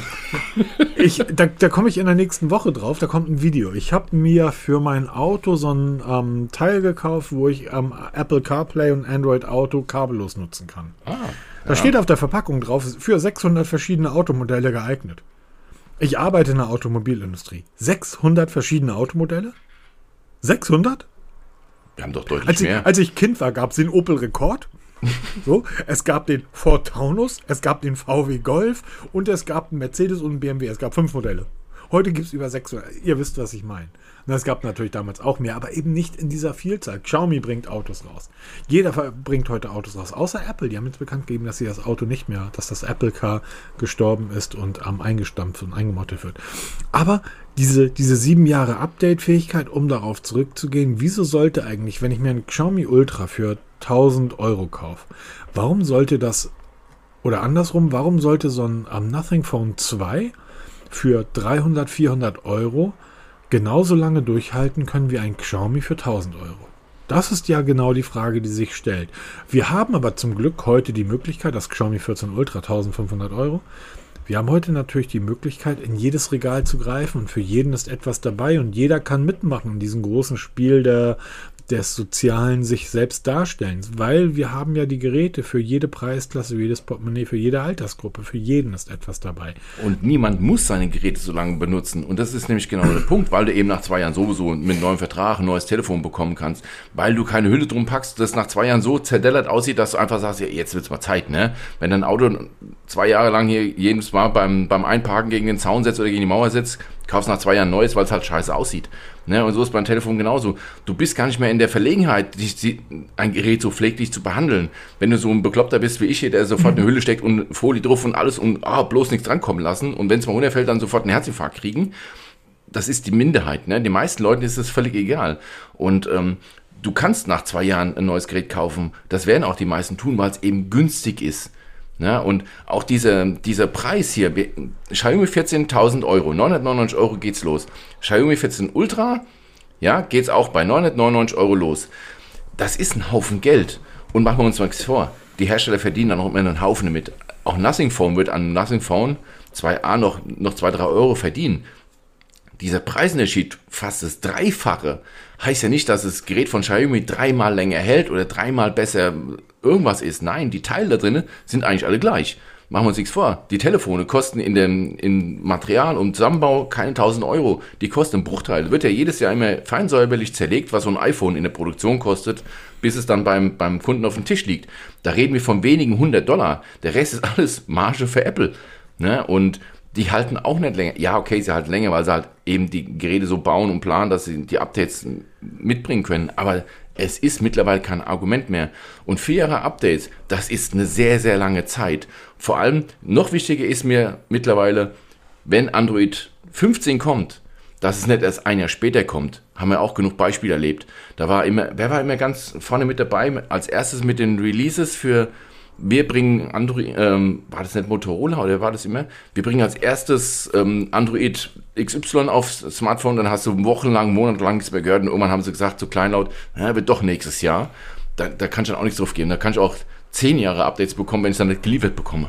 Ich, da da komme ich in der nächsten Woche drauf, da kommt ein Video. Ich habe mir für mein Auto so ein ähm, Teil gekauft, wo ich ähm, Apple CarPlay und Android Auto kabellos nutzen kann. Ah, da ja. steht auf der Verpackung drauf, für sechshundert verschiedene Automodelle geeignet. Ich arbeite in der Automobilindustrie. sechshundert verschiedene Automodelle? sechshundert? Wir haben doch deutlich als ich, mehr. Als ich Kind war, gab es den Opel Rekord. So, es gab den Ford Taunus, es gab den V W Golf und es gab einen Mercedes und einen B M W. Es gab fünf Modelle. Heute gibt es über sechshundert. Ihr wisst, was ich meine. Und es gab natürlich damals auch mehr, aber eben nicht in dieser Vielzahl. Xiaomi bringt Autos raus. Jeder bringt heute Autos raus, außer Apple. Die haben jetzt bekannt gegeben, dass sie das Auto nicht mehr, dass das Apple Car gestorben ist und ähm, eingestampft und eingemottet wird. Aber diese, diese sieben Jahre Update-Fähigkeit, um darauf zurückzugehen, wieso sollte eigentlich, wenn ich mir einen Xiaomi Ultra für tausend Euro kaufe, warum sollte das, oder andersrum, warum sollte so ein um, Nothing Phone zwei für dreihundert, vierhundert Euro genauso lange durchhalten können wie ein Xiaomi für tausend Euro? Das ist ja genau die Frage, die sich stellt. Wir haben aber zum Glück heute die Möglichkeit, das Xiaomi vierzehn Ultra eintausendfünfhundert Euro, wir haben heute natürlich die Möglichkeit, in jedes Regal zu greifen und für jeden ist etwas dabei und jeder kann mitmachen in diesem großen Spiel der, des sozialen sich selbst Darstellens, weil wir haben ja die Geräte für jede Preisklasse, für jedes Portemonnaie, für jede Altersgruppe, für jeden ist etwas dabei. Und niemand muss seine Geräte so lange benutzen. Und das ist nämlich genau der Punkt, weil du eben nach zwei Jahren sowieso mit einem neuen Vertrag ein neues Telefon bekommen kannst, weil du keine Hülle drum packst, das nach zwei Jahren so zerdellert aussieht, dass du einfach sagst, ja, jetzt wird's mal Zeit, ne? Wenn dein Auto zwei Jahre lang hier jedes Mal beim, beim Einparken gegen den Zaun setzt oder gegen die Mauer setzt, kaufst nach zwei Jahren Neues, weil es halt scheiße aussieht. Ne? Und so ist beim Telefon genauso. Du bist gar nicht mehr in der Verlegenheit, dich, ein Gerät so pfleglich zu behandeln. Wenn du so ein Bekloppter bist wie ich hier, der sofort eine Hülle steckt und Folie drauf und alles und ah, bloß nichts drankommen lassen und wenn es mal runterfällt, dann sofort einen Herzinfarkt kriegen. Das ist die Minderheit. Ne? Den meisten Leuten ist es völlig egal. Und ähm, du kannst nach zwei Jahren ein neues Gerät kaufen. Das werden auch die meisten tun, weil es eben günstig ist. Ja, und auch dieser, dieser Preis hier, Xiaomi vierzehntausend Euro, neunhundertneunundneunzig Euro geht's los. Xiaomi vierzehn Ultra, ja, geht's auch bei neunhundertneunundneunzig Euro los. Das ist ein Haufen Geld. Und machen wir uns mal nichts vor, die Hersteller verdienen dann noch immer einen Haufen damit. Auch Nothing Phone wird an Nothing Phone zwei A noch, noch zwei, drei Euro verdienen. Dieser Preisunterschied, fast das Dreifache, heißt ja nicht, dass das Gerät von Xiaomi dreimal länger hält oder dreimal besser irgendwas ist. Nein, die Teile da drin sind eigentlich alle gleich. Machen wir uns nichts vor. Die Telefone kosten in dem in Material und Zusammenbau keine tausend Euro. Die kosten einen Bruchteil. Wird ja jedes Jahr immer fein säuberlich zerlegt, was so ein iPhone in der Produktion kostet, bis es dann beim, beim Kunden auf dem Tisch liegt. Da reden wir von wenigen hundert Dollar. Der Rest ist alles Marge für Apple. Ne? Und die halten auch nicht länger. Ja, okay, sie halten länger, weil sie halt eben die Geräte so bauen und planen, dass sie die Updates mitbringen können. Aber es ist mittlerweile kein Argument mehr. Und vier Jahre Updates, das ist eine sehr, sehr lange Zeit. Vor allem, noch wichtiger ist mir mittlerweile, wenn Android fünfzehn kommt, dass es nicht erst ein Jahr später kommt. Haben wir auch genug Beispiele erlebt. Da war immer, wer war immer ganz vorne mit dabei? Als erstes mit den Releases für wir bringen Android, ähm, war das nicht Motorola oder war das immer? Wir bringen als erstes ähm, Android X Y aufs Smartphone, dann hast du wochenlang, monatelang nichts mehr gehört und irgendwann haben sie gesagt, so kleinlaut, na, wird doch nächstes Jahr. Da, da kann ich dann auch nichts drauf geben. Da kann ich auch zehn Jahre Updates bekommen, wenn ich es dann nicht geliefert bekomme.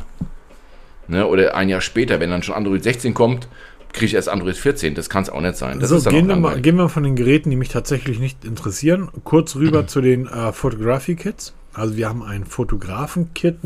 Ne? Oder ein Jahr später, wenn dann schon Android sechzehn kommt, kriege ich erst Android vierzehn. Das kann es auch nicht sein. Das so, ist dann gehen, wir mal, gehen wir von den Geräten, die mich tatsächlich nicht interessieren, kurz rüber mhm. zu den äh, Photography-Kits. Also wir haben ein Fotografen-Kit mit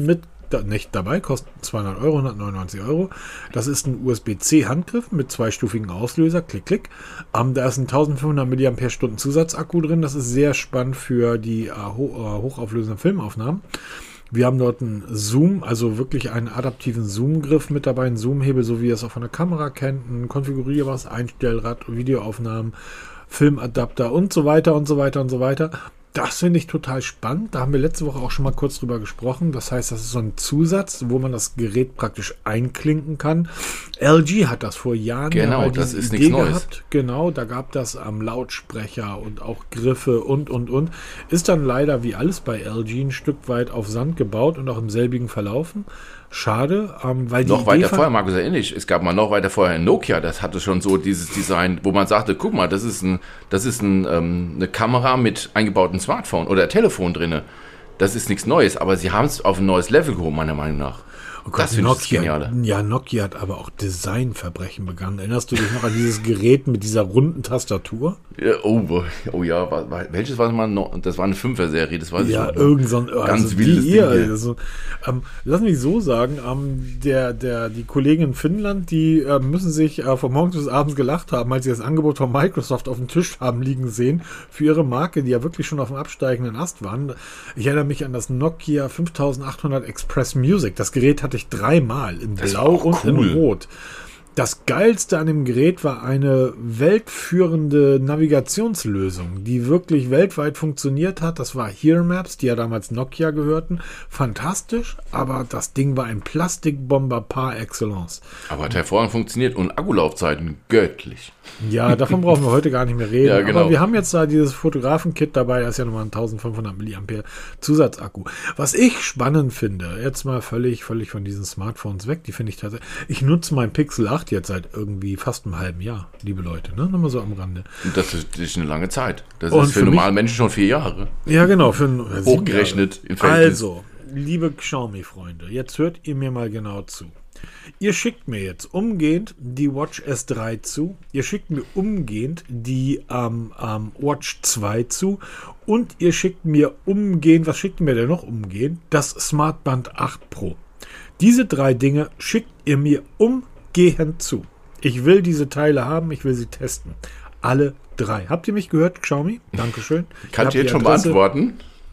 da, nicht dabei, kostet zweihundert Euro, hundertneunundneunzig Euro. Das ist ein U S B C Handgriff mit zweistufigen Auslöser, klick, klick. Ähm, da ist ein eintausendfünfhundert Milliampere-Stunden Zusatzakku drin. Das ist sehr spannend für die äh, ho äh, hochauflösenden Filmaufnahmen. Wir haben dort einen Zoom, also wirklich einen adaptiven Zoom-Griff mit dabei, einen Zoom-Hebel, so wie ihr es auch von der Kamera kennt, ein konfigurierbares Einstellrad, Videoaufnahmen, Filmadapter und so weiter und so weiter und so weiter. Das finde ich total spannend. Da haben wir letzte Woche auch schon mal kurz drüber gesprochen. Das heißt, das ist so ein Zusatz, wo man das Gerät praktisch einklinken kann. L G hat das vor Jahren genau, ja das ist Idee nichts Neues. gehabt. Genau, da gab das am Lautsprecher und auch Griffe und, und, und. Ist dann leider wie alles bei L G ein Stück weit auf Sand gebaut und auch im selbigen verlaufen. Schade, ähm, weil die Noch Idee weiter von- vorher, Markus, ja ähnlich. Es gab mal noch weiter vorher ein Nokia, das hatte schon so dieses Design, wo man sagte, guck mal, das ist, ein, das ist ein, ähm, eine Kamera mit eingebautem Smartphone oder Telefon drinne. Das ist nichts Neues, aber sie haben es auf ein neues Level gehoben, meiner Meinung nach. Oh Gott, das finde ich das Nokia, Geniale. ja, Nokia hat aber auch Designverbrechen begangen. Erinnerst du dich noch an dieses Gerät mit dieser runden Tastatur? Ja, oh, oh ja, war, war, welches war das mal? noch? Das war eine Fünfer-Serie, das weiß ich Ja, noch. irgend so ein Ganz also wildes die Ding ihr, hier. also, ähm, lass mich so sagen, ähm, der, der, die Kollegen in Finnland, die äh, müssen sich äh, von morgens bis abends gelacht haben, als sie das Angebot von Microsoft auf dem Tisch haben liegen sehen für ihre Marke, die ja wirklich schon auf dem absteigenden Ast waren. Ich erinnere mich an das Nokia fünftausendachthundert Express Music. Das Gerät hatte ich dreimal in Das war Blau auch und cool. in Rot. Das Geilste an dem Gerät war eine weltführende Navigationslösung, die wirklich weltweit funktioniert hat. Das war Here Maps, die ja damals Nokia gehörten. Fantastisch, aber das Ding war ein Plastikbomber par excellence. Aber hat hervorragend funktioniert und Akkulaufzeiten göttlich. Ja, davon brauchen wir heute gar nicht mehr reden. Ja, genau. Aber wir haben jetzt da dieses Fotografen-Kit dabei, da ist ja nochmal ein eintausendfünfhundert Milliampere Zusatzakku. Was ich spannend finde, jetzt mal völlig, völlig von diesen Smartphones weg, die finde ich tatsächlich, ich nutze mein Pixel acht jetzt seit irgendwie fast einem halben Jahr, liebe Leute, ne? Nochmal so am Rande. Und das ist, das ist eine lange Zeit. Das Und ist für, für normale Menschen schon vier Jahre. Ja, genau. Für ein, äh, sieben Hochgerechnet Jahre. im Verhältnis. Also, liebe Xiaomi-Freunde, jetzt hört ihr mir mal genau zu. Ihr schickt mir jetzt umgehend die Watch S drei zu. Ihr schickt mir umgehend die ähm, ähm, Watch zwei zu. Und ihr schickt mir umgehend, was schickt ihr mir denn noch umgehend? Das Smartband acht Pro. Diese drei Dinge schickt ihr mir umgehend zu. Ich will diese Teile haben, ich will sie testen. Alle drei. Habt ihr mich gehört, Xiaomi? Dankeschön. Kann ich habt jetzt die schon Adresse. beantworten?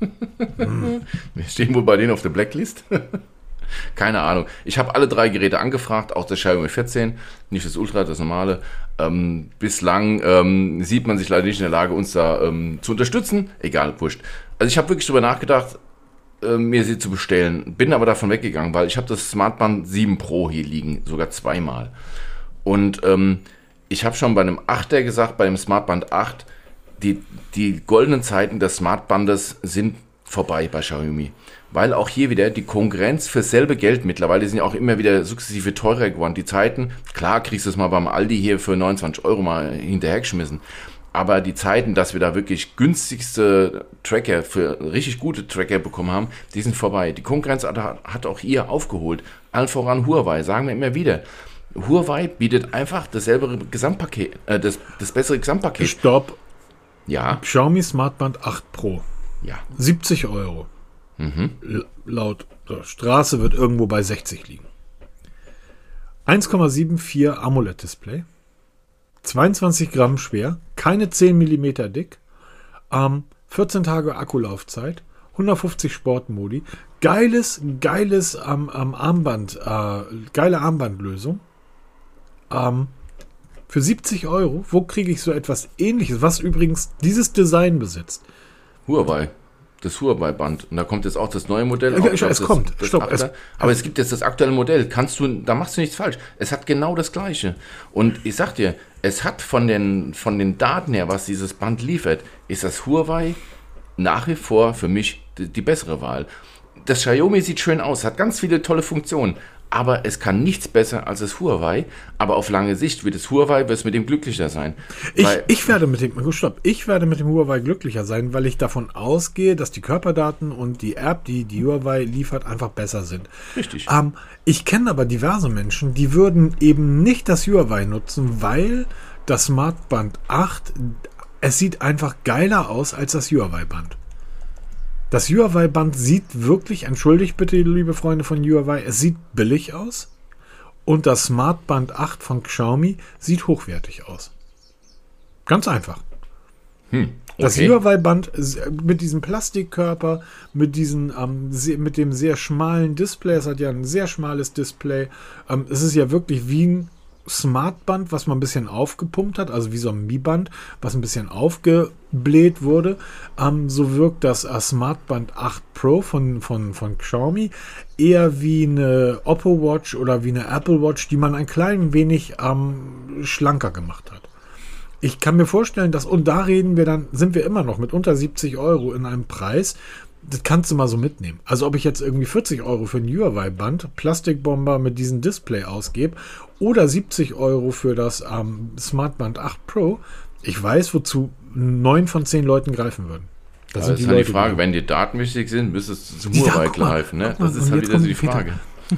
Wir stehen wohl bei denen auf der Blacklist. Keine Ahnung. Ich habe alle drei Geräte angefragt, auch das Xiaomi vierzehn, nicht das Ultra, das normale. Ähm, bislang ähm, sieht man sich leider nicht in der Lage, uns da ähm, zu unterstützen. Egal, wurscht. Also ich habe wirklich drüber nachgedacht, äh, mir sie zu bestellen. Bin aber davon weggegangen, weil ich habe das Smartband sieben Pro hier liegen, sogar zweimal. Und ähm, ich habe schon bei einem achter gesagt, bei dem Smartband acht, die, die goldenen Zeiten des Smartbandes sind vorbei bei Xiaomi. Weil auch hier wieder die Konkurrenz für selbe Geld mittlerweile sind ja auch immer wieder sukzessive teurer geworden. Die Zeiten, klar kriegst du es mal beim Aldi hier für neunundzwanzig Euro mal hinterhergeschmissen. Aber die Zeiten, dass wir da wirklich günstigste Tracker für richtig gute Tracker bekommen haben, die sind vorbei. Die Konkurrenz hat, hat auch hier aufgeholt. Allen voran Huawei, sagen wir immer wieder. Huawei bietet einfach dasselbe Gesamtpaket, äh, das, das bessere Gesamtpaket. Stopp. Ja, Xiaomi Smartband acht Pro. ja. siebzig Euro. L- laut der Straße wird irgendwo bei sechzig liegen. eins Komma vierundsiebzig AMOLED-Display. zweiundzwanzig Gramm schwer. Keine zehn Millimeter dick. Ähm, vierzehn Tage Akkulaufzeit. hundertfünfzig Sportmodi. Geiles, geiles ähm, ähm, Armband. Äh, geile Armbandlösung. Ähm, für siebzig Euro. Wo kriege ich so etwas Ähnliches? Was übrigens dieses Design besitzt. Huawei. Das Huawei-Band. Und da kommt jetzt auch das neue Modell. Ja, auch, es ich glaub, das, kommt. Das Stopp, Achter. es- Aber es gibt jetzt das aktuelle Modell. Kannst du, da machst du nichts falsch. Es hat genau das Gleiche. Und ich sag dir, es hat von den, von den Daten her, was dieses Band liefert, ist das Huawei nach wie vor für mich die, die bessere Wahl. Das Xiaomi sieht schön aus, hat ganz viele tolle Funktionen. Aber es kann nichts besser als das Huawei. Aber auf lange Sicht wird das Huawei wird es mit dem glücklicher sein. Ich, Weil- ich werde mit dem, stopp, ich werde mit dem Huawei glücklicher sein, weil ich davon ausgehe, dass die Körperdaten und die App, die die Huawei liefert, einfach besser sind. Richtig. Ähm, ich kenne aber diverse Menschen, die würden eben nicht das Huawei nutzen, weil das Smartband acht, es sieht einfach geiler aus als das Huawei-Band. Das Huawei-Band sieht wirklich, entschuldigt bitte, liebe Freunde von Huawei, es sieht billig aus. Und das Smart Band acht von Xiaomi sieht hochwertig aus. Ganz einfach. Hm, okay. Das Huawei-Band mit diesem Plastikkörper, mit, diesen, ähm, mit dem sehr schmalen Display, es hat ja ein sehr schmales Display. Ähm, es ist ja wirklich wie ein Smartband, was man ein bisschen aufgepumpt hat, also wie so ein Mi-Band, was ein bisschen aufgebläht wurde. Ähm, so wirkt das äh, Smartband acht Pro von, von, von Xiaomi eher wie eine Oppo Watch oder wie eine Apple Watch, die man ein klein wenig ähm, schlanker gemacht hat. Ich kann mir vorstellen, dass, und da reden wir dann, sind wir immer noch mit unter siebzig Euro in einem Preis, das kannst du mal so mitnehmen. Also ob ich jetzt irgendwie vierzig Euro für ein Huawei-Band, Plastikbomber mit diesem Display ausgebe oder siebzig Euro für das ähm, Smartband acht Pro, ich weiß, wozu neun von zehn Leuten greifen würden. Das ja, sind die, ist Leute, die Frage, die wenn dir Daten wichtig sind, müsstest du zu Huawei greifen. Ne? Das ist halt wieder so die Frage.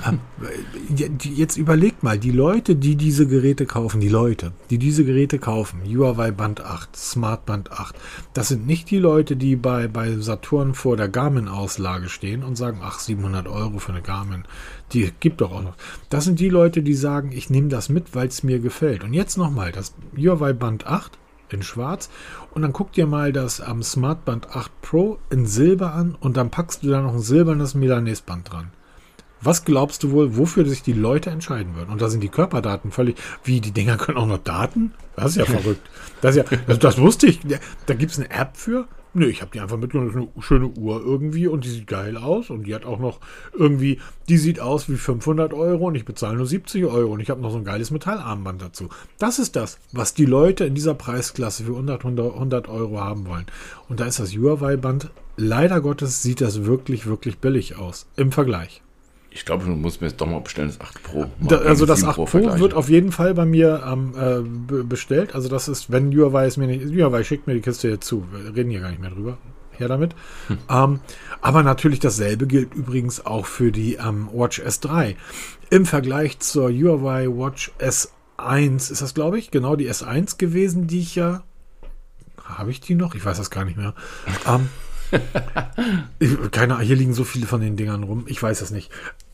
Jetzt überlegt mal, die Leute, die diese Geräte kaufen, die Leute, die diese Geräte kaufen, Huawei Band acht, Smart Band acht, das sind nicht die Leute, die bei, bei Saturn vor der Garmin-Auslage stehen und sagen, ach, siebenhundert Euro für eine Garmin, die gibt doch auch noch. Das sind die Leute, die sagen, ich nehme das mit, weil es mir gefällt. Und jetzt nochmal, das Huawei Band acht in schwarz und dann guck dir mal das am ähm, Smart Band acht Pro in Silber an und dann packst du da noch ein silbernes Milanese-Band dran. Was glaubst du wohl, wofür sich die Leute entscheiden würden? Und da sind die Körperdaten völlig, wie, die Dinger können auch noch Daten? Das ist ja verrückt. Das, ist ja, das, das wusste ich. Da gibt es eine App für? Nö, ich habe die einfach mit, eine schöne Uhr irgendwie und die sieht geil aus und die hat auch noch irgendwie, die sieht aus wie fünfhundert Euro und ich bezahle nur siebzig Euro und ich habe noch so ein geiles Metallarmband dazu. Das ist das, was die Leute in dieser Preisklasse für hundert, hundert Euro haben wollen. Und da ist das Huawei-Band, leider Gottes sieht das wirklich, wirklich billig aus im Vergleich. Ich glaube, du musst mir jetzt doch mal bestellen, das acht Pro. Da, also das acht Pro, Pro wird auf jeden Fall bei mir ähm, äh, be- bestellt. Also das ist, wenn Huawei es mir nicht, Huawei schickt mir die Kiste jetzt zu. Wir reden hier gar nicht mehr drüber. Her damit. Hm. Ähm, aber natürlich dasselbe gilt übrigens auch für die ähm, Watch S drei. Im Vergleich zur Huawei Watch S eins ist das, glaube ich, genau die S eins gewesen, die ich ja, habe ich die noch? Ich weiß das gar nicht mehr. ähm, keine Ahnung, hier liegen so viele von den Dingern rum. Ich weiß es nicht.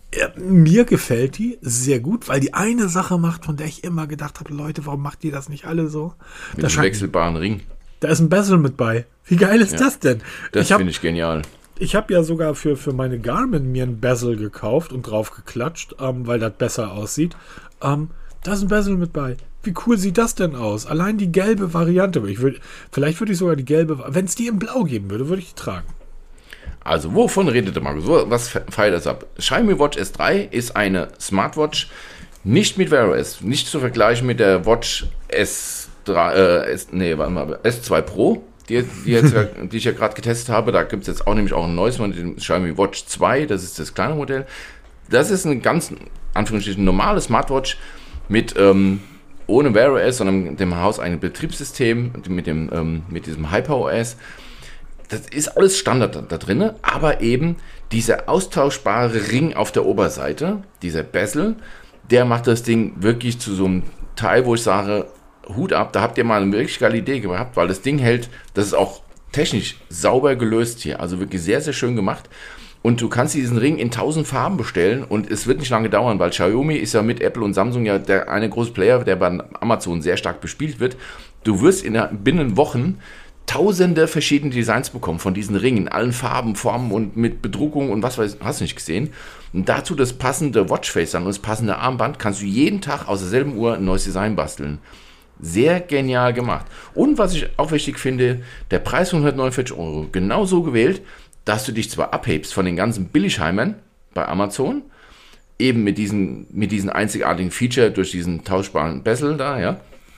Mir gefällt die sehr gut, weil die eine Sache macht, von der ich immer gedacht habe, Leute, warum macht ihr das nicht alle so? Mit einem wechselbaren Ring. Da ist ein Bezel mit bei. Wie geil ist ja, das denn? Das finde ich genial. Ich habe ja sogar für, für meine Garmin mir ein Bezel gekauft und drauf geklatscht, ähm, weil das besser aussieht. Ähm, da ist ein Bezel mit bei. Wie cool sieht das denn aus? Allein die gelbe Variante. Ich würd, vielleicht würde ich sogar die gelbe, wenn es die in Blau geben würde, würde ich die tragen. Also, wovon redet der Markus? Was feiert das ab? Xiaomi Watch S drei ist eine Smartwatch, nicht mit Wear O S, nicht zu vergleichen mit der Watch S drei, äh, S, nee, warte mal, S zwei Pro, die, die, jetzt, die ich ja gerade getestet habe. Da gibt es jetzt auch nämlich auch ein neues Modell, den Xiaomi Watch zwei, das ist das kleine Modell. Das ist ein ganz, Anführungsstrichen, normales Smartwatch mit, ähm, ohne Wear O S, sondern mit dem hauseigenen Betriebssystem, mit, dem, ähm, mit diesem HyperOS. O S. Das ist alles Standard da, da drin, aber eben dieser austauschbare Ring auf der Oberseite, dieser Bezel, der macht das Ding wirklich zu so einem Teil, wo ich sage, Hut ab, da habt ihr mal eine wirklich geile Idee gehabt, weil das Ding hält, das ist auch technisch sauber gelöst hier, also wirklich sehr, sehr schön gemacht. Und du kannst diesen Ring in tausend Farben bestellen und es wird nicht lange dauern, weil Xiaomi ist ja mit Apple und Samsung ja der eine große Player, der bei Amazon sehr stark bespielt wird. Du wirst in der, binnen Wochen tausende verschiedene Designs bekommen von diesen Ringen, in allen Farben, Formen und mit Bedruckung und was weiß, hast du nicht gesehen. Und dazu das passende Watchface dann und das passende Armband, kannst du jeden Tag aus derselben Uhr ein neues Design basteln. Sehr genial gemacht. Und was ich auch wichtig finde, der Preis hundertneunundvierzig Euro, genau so gewählt, dass du dich zwar abhebst von den ganzen Billigheimern bei Amazon, eben mit diesen, mit diesen einzigartigen Feature durch diesen tauschbaren Bezel da, ja,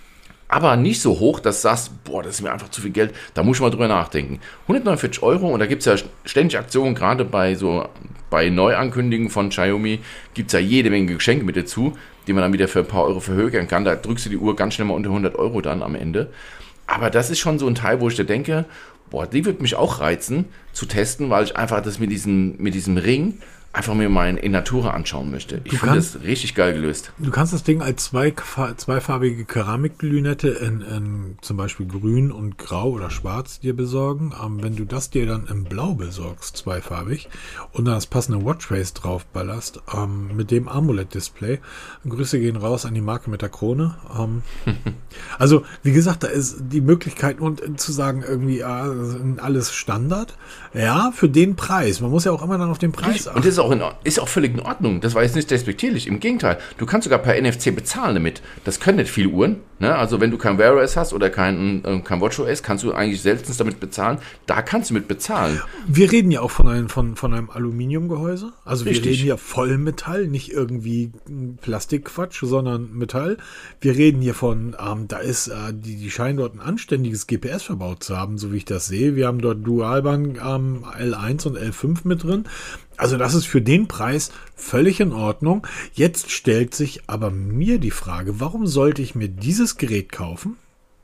aber nicht so hoch, dass du sagst, boah, das ist mir einfach zu viel Geld, da muss ich mal drüber nachdenken. hundertneunundvierzig Euro und da gibt es ja ständig Aktionen, gerade bei so bei Neuankündigungen von Xiaomi gibt es ja jede Menge Geschenke mit dazu, die man dann wieder für ein paar Euro verhökern kann. Da drückst du die Uhr ganz schnell mal unter hundert Euro dann am Ende. Aber das ist schon so ein Teil, wo ich da denke, boah, die wird mich auch reizen zu testen, weil ich einfach das mit diesem, mit diesem Ring einfach mir mal in Natura anschauen möchte. Ich finde das richtig geil gelöst. Du kannst das Ding als zwei, zweifarbige Keramiklünette in, in zum Beispiel grün und grau oder schwarz dir besorgen. Ähm, wenn du das dir dann in blau besorgst, zweifarbig, und dann das passende Watchface drauf ballerst, ähm, mit dem AMOLED-Display, Grüße gehen raus an die Marke mit der Krone. Ähm, also, wie gesagt, da ist die Möglichkeit, und zu sagen, irgendwie, ja, alles Standard. Ja, für den Preis. Man muss ja auch immer dann auf den Preis achten. Und das ist auch, in, ist auch völlig in Ordnung. Das war jetzt nicht despektierlich. Im Gegenteil. Du kannst sogar per N F C bezahlen damit. Das können nicht viele Uhren. Ne? Also wenn du kein Wear O S hast oder kein, äh, kein Watch O S, kannst du eigentlich seltenst damit bezahlen. Da kannst du mit bezahlen. Wir reden ja auch von einem, von, von einem Aluminiumgehäuse. Also Richtig. Wir reden hier Vollmetall, nicht irgendwie Plastikquatsch, sondern Metall. Wir reden hier von, ähm, da ist, äh, die, die scheinen dort ein anständiges G P S verbaut zu haben, so wie ich das sehe. Wir haben dort Dualband ähm, L eins und L fünf mit drin. Also das ist für den Preis völlig in Ordnung. Jetzt stellt sich aber mir die Frage, warum sollte ich mir dieses Gerät kaufen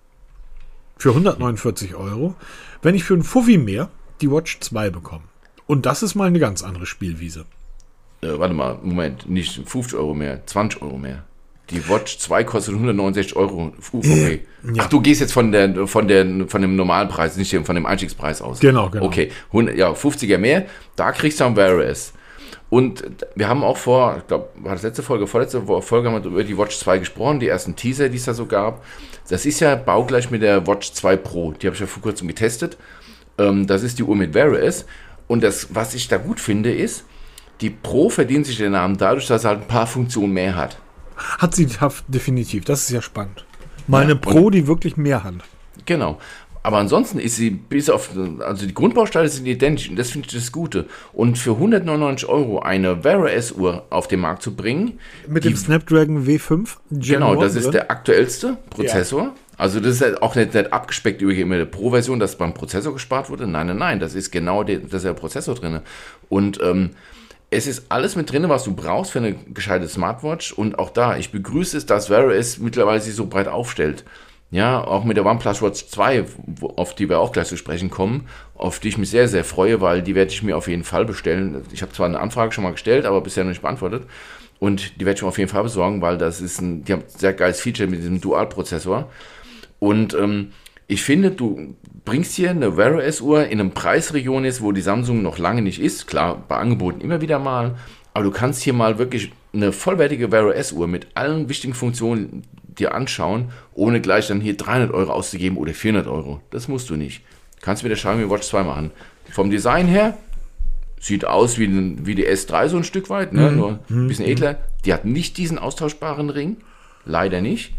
für hundertneunundvierzig Euro, wenn ich für einen Fuffi mehr die Watch zwei bekomme? Und das ist mal eine ganz andere Spielwiese. Äh, warte mal, Moment, nicht fünfzig Euro mehr, zwanzig Euro mehr. Die Watch zwei kostet hundertneunundsechzig Euro U V P. Ja. Ach, du gehst jetzt von der von der von dem normalen Preis, nicht von dem Einstiegspreis aus. Genau, genau. Okay, hundert, ja, fünfziger mehr, da kriegst du ein Wear O S. Und wir haben auch vor, ich glaube, war das letzte Folge, vorletzte Folge haben wir über die Watch zwei gesprochen, die ersten Teaser, die es da so gab. Das ist ja baugleich mit der Watch zwei Pro, die habe ich ja vor kurzem getestet. Ähm, das ist die Uhr mit Wear O S. Und das, was ich da gut finde, ist, die Pro verdient sich den Namen dadurch, dass sie halt ein paar Funktionen mehr hat. Hat sie definitiv, das ist ja spannend. Mal eine ja, Pro, die wirklich mehr hat. Genau. Aber ansonsten ist sie bis auf, also die Grundbausteine sind identisch und das finde ich das Gute. Und für hundertneunundneunzig Euro eine Wear O S Uhr auf den Markt zu bringen. Mit die, dem Snapdragon W fünf Gen Genau, das ist drin. Der aktuellste Prozessor. Ja. Also das ist auch nicht, nicht abgespeckt über die Pro-Version, dass beim Prozessor gespart wurde. Nein, nein, nein, das ist genau der, das ist der Prozessor drin. Und ähm, es ist alles mit drin, was du brauchst für eine gescheite Smartwatch. Und auch da, ich begrüße es, dass Wear O S mittlerweile sich so breit aufstellt. Ja, auch mit der OnePlus Watch zwei, auf die wir auch gleich zu sprechen kommen, auf die ich mich sehr, sehr freue, weil die werde ich mir auf jeden Fall bestellen. Ich habe zwar eine Anfrage schon mal gestellt, aber bisher noch nicht beantwortet. Und die werde ich mir auf jeden Fall besorgen, weil das ist ein, die haben ein sehr geiles Feature mit diesem Dual-Prozessor. Und ähm, ich finde, du bringst hier eine Wear O S Uhr in einem Preisregion ist, wo die Samsung noch lange nicht ist. Klar, bei Angeboten immer wieder mal. Aber du kannst hier mal wirklich eine vollwertige Wear O S Uhr mit allen wichtigen Funktionen dir anschauen, ohne gleich dann hier dreihundert Euro auszugeben oder vierhundert Euro. Das musst du nicht. Du kannst mit der Xiaomi Watch zwei machen. Vom Design her sieht aus wie, wie die S drei so ein Stück weit, ne? Mhm. Nur ein bisschen edler. Die hat nicht diesen austauschbaren Ring. Leider nicht.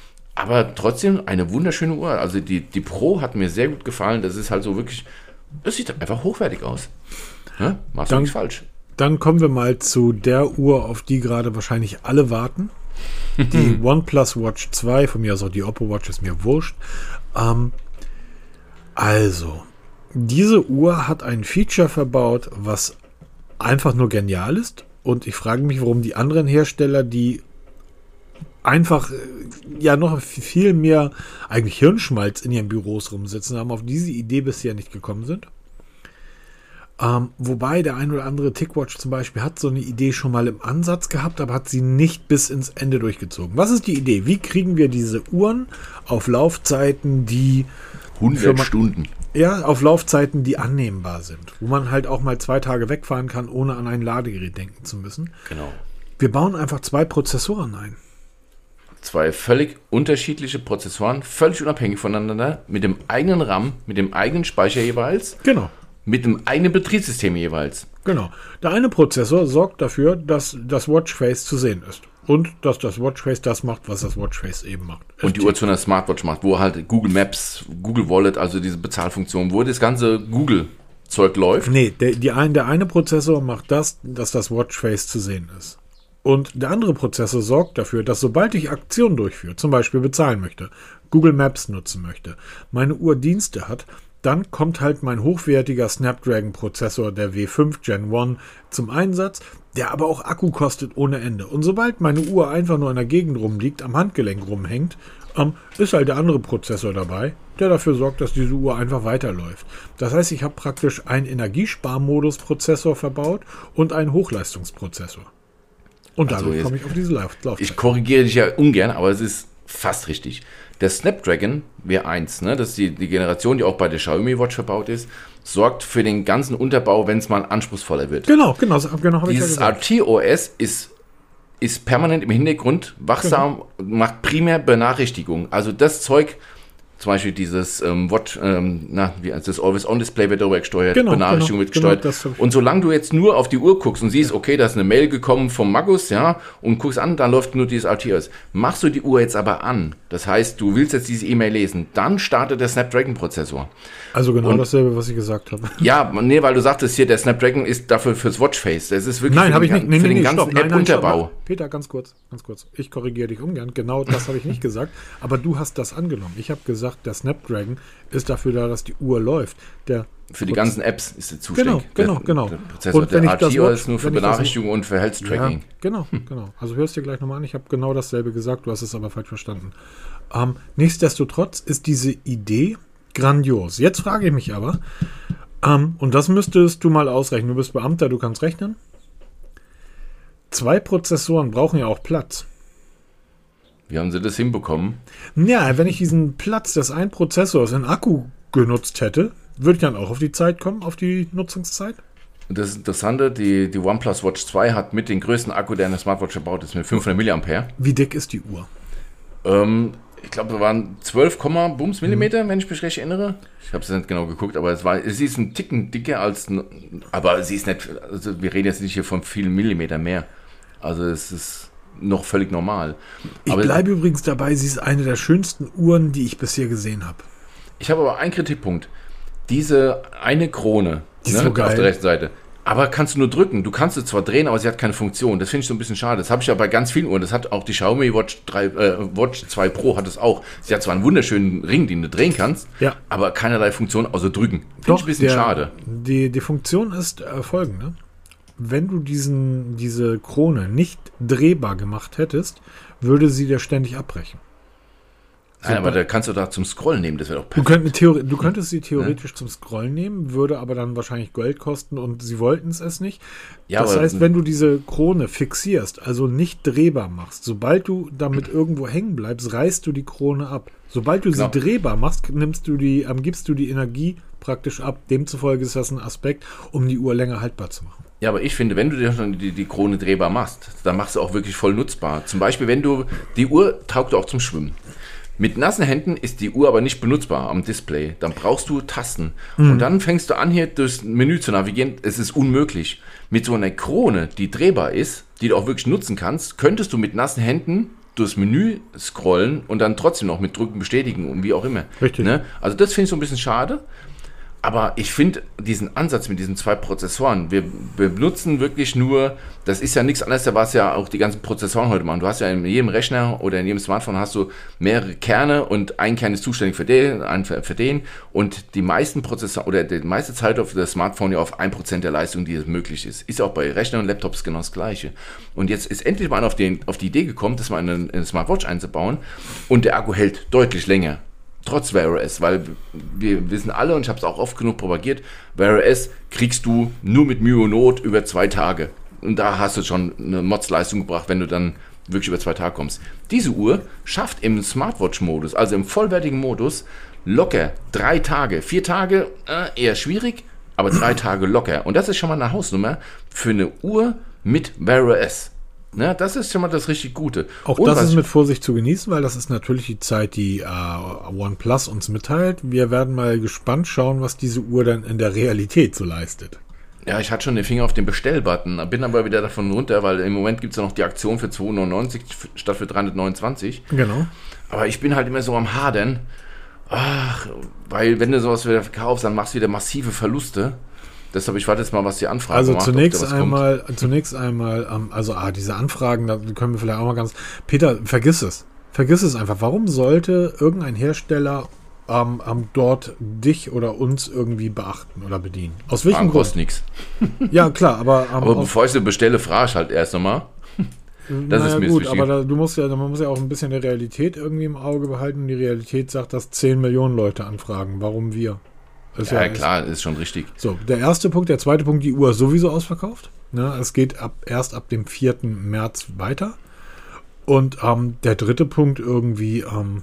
Aber trotzdem eine wunderschöne Uhr. Also die, die Pro hat mir sehr gut gefallen. Das ist halt so wirklich, das sieht einfach hochwertig aus. Ne? Machst du nichts falsch. Dann kommen wir mal zu der Uhr, auf die gerade wahrscheinlich alle warten. Die OnePlus Watch zwei, von mir aus auch die Oppo Watch, ist mir wurscht. Ähm, also, diese Uhr hat ein Feature verbaut, was einfach nur genial ist. Und ich frage mich, warum die anderen Hersteller, die einfach ja noch viel mehr eigentlich Hirnschmalz in ihren Büros rumsitzen haben, auf diese Idee bisher nicht gekommen sind. Ähm, wobei der ein oder andere TicWatch zum Beispiel hat so eine Idee schon mal im Ansatz gehabt, aber hat sie nicht bis ins Ende durchgezogen. Was ist die Idee? Wie kriegen wir diese Uhren auf Laufzeiten, die hundert Stunden. Ja, auf Laufzeiten, die annehmbar sind, wo man halt auch mal zwei Tage wegfahren kann, ohne an ein Ladegerät denken zu müssen. Genau. Wir bauen einfach zwei Prozessoren ein. Zwei völlig unterschiedliche Prozessoren, völlig unabhängig voneinander, mit dem eigenen RAM, mit dem eigenen Speicher jeweils. Genau. Mit dem eigenen Betriebssystem jeweils. Genau. Der eine Prozessor sorgt dafür, dass das Watchface zu sehen ist. Und dass das Watchface das macht, was das Watchface eben macht. Und die Uhr zu einer Smartwatch macht, wo halt Google Maps, Google Wallet, also diese Bezahlfunktion, wo das ganze Google-Zeug läuft. Nee, der, die ein, der eine Prozessor macht das, dass das Watchface zu sehen ist. Und der andere Prozessor sorgt dafür, dass sobald ich Aktionen durchführe, zum Beispiel bezahlen möchte, Google Maps nutzen möchte, meine Uhr Dienste hat, dann kommt halt mein hochwertiger Snapdragon-Prozessor, der W fünf Gen eins, zum Einsatz, der aber auch Akku kostet ohne Ende. Und sobald meine Uhr einfach nur in der Gegend rumliegt, am Handgelenk rumhängt, ähm, ist halt der andere Prozessor dabei, der dafür sorgt, dass diese Uhr einfach weiterläuft. Das heißt, ich habe praktisch einen Energiesparmodus-Prozessor verbaut und einen Hochleistungsprozessor. Und Also dadurch jetzt- komme ich auf diese Lauf Laufzeit. Ich korrigiere dich ja ungern, aber es ist fast richtig. Der Snapdragon W eins, ne, das ist die, die Generation, die auch bei der Xiaomi Watch verbaut ist, sorgt für den ganzen Unterbau, wenn es mal anspruchsvoller wird. Genau, genau, so- genau habe ich ja Dieses gesagt. R T O S ist, ist permanent im Hintergrund wachsam, macht primär Benachrichtigungen. Also das Zeug, zum Beispiel dieses ähm, Watch, ähm, na, wie, also das Always-On-Display wird darüber gesteuert, Genau, Benachrichtigung genau, wird gesteuert. genau, das hab ich- Und solange du jetzt nur auf die Uhr guckst und siehst, okay, da ist eine Mail gekommen vom Magus, ja, und guckst an, da läuft nur dieses R T O S. Machst du die Uhr jetzt aber an, das heißt, du willst jetzt diese E-Mail lesen, dann startet der Snapdragon-Prozessor. Also genau Und- dasselbe, was ich gesagt habe. Ja, nee, weil du sagtest hier, der Snapdragon ist dafür fürs Watchface. Das ist wirklich Nein, für habe ich den, nicht. Nee, für nee, den nee, ganzen stopp. Nein, nein, stopp. App-Unterbau. Peter, ganz kurz, ganz kurz. Ich korrigiere dich ungern. Genau das habe ich nicht gesagt. Aber du hast das angenommen. Ich habe gesagt, der Snapdragon ist dafür da, dass die Uhr läuft. Der Für die Proz- ganzen Apps ist er zuständig. Genau, genau, der, genau. Der Prozessor, Und wenn der ich das R T O Watch- ist nur für wenn ich das- Benachrichtigungen und für Health Tracking. Ja, genau, genau. Also hörst dir gleich nochmal an. Ich habe genau dasselbe gesagt. Du hast es aber falsch verstanden. Ähm, nichtsdestotrotz ist diese Idee grandios. Jetzt frage ich mich aber, ähm, und das müsstest du mal ausrechnen. Du bist Beamter, du kannst rechnen. Zwei Prozessoren brauchen ja auch Platz. Wie haben sie das hinbekommen? Ja, wenn ich diesen Platz des einen Prozessors in Akku genutzt hätte, würde ich dann auch auf die Zeit kommen, auf die Nutzungszeit? Das Interessante, die, die OnePlus Watch zwei hat mit den größten Akku, der in der Smartwatch verbaut ist, mit fünfhundert Milliampere. Wie dick ist die Uhr? Ähm, ich glaube, da waren zwölf, Bums Millimeter, wenn ich mich recht erinnere. Ich habe es nicht genau geguckt, aber es war, sie ist ein Ticken dicker als, n- aber sie ist nicht, also wir reden jetzt nicht hier von vielen Millimeter mehr. Also es ist noch völlig normal. Ich Aber bleibe übrigens dabei, sie ist eine der schönsten Uhren, die ich bisher gesehen habe. ich habe aber einen Kritikpunkt. Diese eine Krone, Die ist so geil. auf der rechten Seite. Aber kannst du nur drücken. Du kannst sie zwar drehen, aber sie hat keine Funktion. Das finde ich so ein bisschen schade. Das habe ich ja bei ganz vielen Uhren. Das hat auch die Xiaomi Watch drei, äh, Watch zwei Pro hat es auch. Sie hat zwar einen wunderschönen Ring, den du drehen kannst, Ja. aber keinerlei Funktion außer drücken. Finde ich ein bisschen der, schade. Die, die Funktion ist äh, folgende. Wenn du diesen, diese Krone nicht drehbar gemacht hättest, würde sie dir ständig abbrechen. Nein, aber da kannst du da zum Scrollen nehmen. Das wäre doch Du, perfekt. könnt, Theori du könntest sie theoretisch zum Scrollen nehmen, würde aber dann wahrscheinlich Geld kosten und sie wollten es es nicht. Ja, das aber- heißt, wenn du diese Krone fixierst, also nicht drehbar machst, sobald du damit irgendwo hängen bleibst, reißt du die Krone ab. Sobald du Genau. sie drehbar machst, nimmst du die, ähm, gibst du die Energie praktisch ab. Demzufolge ist das ein Aspekt, um die Uhr länger haltbar zu machen. Ja, aber ich finde, wenn du dir schon die, die Krone drehbar machst, dann machst du auch wirklich voll nutzbar. Zum Beispiel, wenn du, die Uhr taugt auch zum Schwimmen. Mit nassen Händen ist die Uhr aber nicht benutzbar am Display. Dann brauchst du Tasten. Und dann fängst du an, hier durchs Menü zu navigieren. Es ist unmöglich. Mit so einer Krone, die drehbar ist, die du auch wirklich nutzen kannst, könntest du mit nassen Händen durchs Menü scrollen und dann trotzdem noch mit Drücken bestätigen und wie auch immer. Richtig. Ne? Also das finde ich so ein bisschen schade. Aber ich finde diesen Ansatz mit diesen zwei Prozessoren, wir, wir benutzen wirklich nur, das ist ja nichts anderes, da war es ja auch die ganzen Prozessoren heute machen. Du hast ja in jedem Rechner oder in jedem Smartphone hast du mehrere Kerne und ein Kern ist zuständig für den, ein für, für den und die meisten Prozessoren oder die meiste Zeit auf das Smartphone ja auf ein Prozent der Leistung, die es möglich ist. Ist ja auch bei Rechnern und Laptops genau das Gleiche. Und jetzt ist endlich mal auf, den, auf die Idee gekommen, das mal in eine, in eine Smartwatch einzubauen und der Akku hält deutlich länger. Trotz Wear O S, weil wir wissen alle, und ich habe es auch oft genug propagiert, Wear O S kriegst du nur mit Mühe und Not über zwei Tage. Und da hast du schon eine Mods-Leistung gebracht, wenn du dann wirklich über zwei Tage kommst. Diese Uhr schafft im Smartwatch-Modus, also im vollwertigen Modus, locker drei Tage. Vier Tage äh, eher schwierig, aber drei Tage locker. Und das ist schon mal eine Hausnummer für eine Uhr mit Wear O S. Ne, das ist schon mal das richtig Gute. Auch Und das was ist ich- mit Vorsicht zu genießen, weil das ist natürlich die Zeit, die äh, OnePlus uns mitteilt. Wir werden mal gespannt schauen, was diese Uhr dann in der Realität so leistet. Ja, ich hatte schon den Finger auf den Bestellbutton, bin aber wieder davon runter, weil im Moment gibt es ja noch die Aktion für zweihundertneunundneunzig statt für dreihundertneunundzwanzig. Genau. Aber ich bin halt immer so am Hadern. Ach, weil wenn du sowas wieder verkaufst, dann machst du wieder massive Verluste. Deshalb, ich warte jetzt mal, was die Anfrage Also macht, ob da zunächst was kommt. einmal, zunächst einmal, ähm, also ah, diese Anfragen, da können wir vielleicht auch mal ganz. Peter, vergiss es. Vergiss es einfach. Warum sollte irgendein Hersteller ähm, ähm, dort dich oder uns irgendwie beachten oder bedienen? Aus welchem Fragen Grund? kostet nichts. Ja, klar, aber, ähm, Aber aus, bevor ich sie bestelle, frage ich halt erst nochmal. Das naja, ist mir gut, wichtig. aber da, du musst ja, man muss ja auch ein bisschen die Realität irgendwie im Auge behalten. Die Realität sagt, dass zehn Millionen Leute anfragen. Warum wir? Das Ja, ja, klar, ist schon richtig. So, der erste Punkt. Der zweite Punkt, die Uhr ist sowieso ausverkauft. Ne? Es geht ab, erst ab dem vierten März weiter. Und ähm, der dritte Punkt irgendwie, ähm,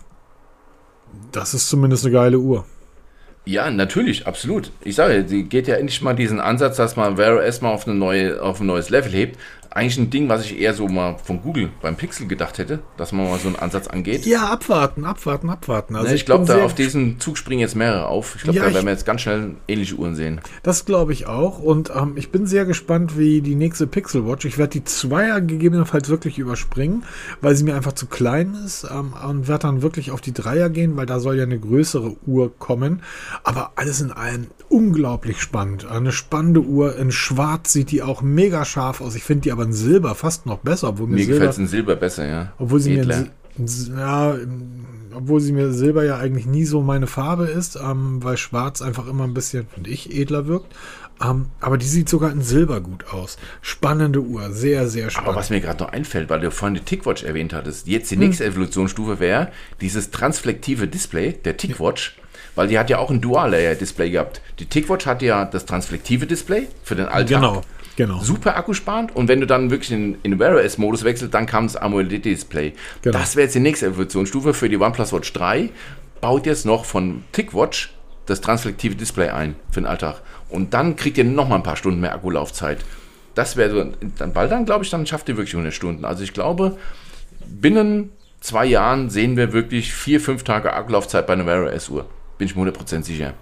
das ist zumindest eine geile Uhr. Ja, natürlich, absolut. Ich sage, sie geht ja endlich mal diesen Ansatz, dass man Wear O S mal auf, eine neue, auf ein neues Level hebt. Eigentlich ein Ding, was ich eher so mal von Google beim Pixel gedacht hätte, dass man mal so einen Ansatz angeht. Ja, abwarten, abwarten, abwarten. Also Ne, ich ich glaube, bin da sehr- auf diesen Zug springen jetzt mehrere auf. Ich glaube, Ja, da ich- werden wir jetzt ganz schnell ähnliche Uhren sehen. Das glaube ich auch. Und ähm, ich bin sehr gespannt, wie die nächste Pixel Watch. Ich werde die Zweier gegebenenfalls wirklich überspringen, weil sie mir einfach zu klein ist. Ähm, und werde dann wirklich auf die Dreier gehen, weil da soll ja eine größere Uhr kommen. Aber alles in allem unglaublich spannend. Eine spannende Uhr. In Schwarz sieht die auch mega scharf aus. Ich finde die aber in Silber fast noch besser. Obwohl mir, Mir Silber, gefällt es in Silber besser, ja. obwohl sie mir Edler. in Sil- ja, obwohl sie mir Silber ja eigentlich nie so meine Farbe ist, ähm, weil Schwarz einfach immer ein bisschen, finde ich, edler wirkt. Ähm, aber die sieht sogar in Silber gut aus. Spannende Uhr, sehr, sehr spannend. Aber was mir gerade noch einfällt, weil du vorhin die TicWatch erwähnt hattest, jetzt Hm. die nächste Evolutionsstufe wäre dieses transflektive Display der TicWatch, weil die hat ja auch ein Dual-Layer-Display gehabt. Die TicWatch hat ja das transflektive Display für den Alltag. Genau, genau. Super akkusparend, und wenn du dann wirklich in, in den Wear O S-Modus wechselst, dann kam das AMOLED-Display. Genau. Das wäre jetzt die nächste Evolutionsstufe für die OnePlus Watch drei. Baut jetzt noch von TicWatch das transflektive Display ein für den Alltag. Und dann kriegt ihr noch mal ein paar Stunden mehr Akkulaufzeit. Das wäre so, dann, weil dann glaube ich, dann schafft ihr wirklich hundert Stunden. Also ich glaube, binnen zwei Jahren sehen wir wirklich vier, fünf Tage Akkulaufzeit bei einer Wear O S-Uhr. Bin ich mir hundert Prozent sicher.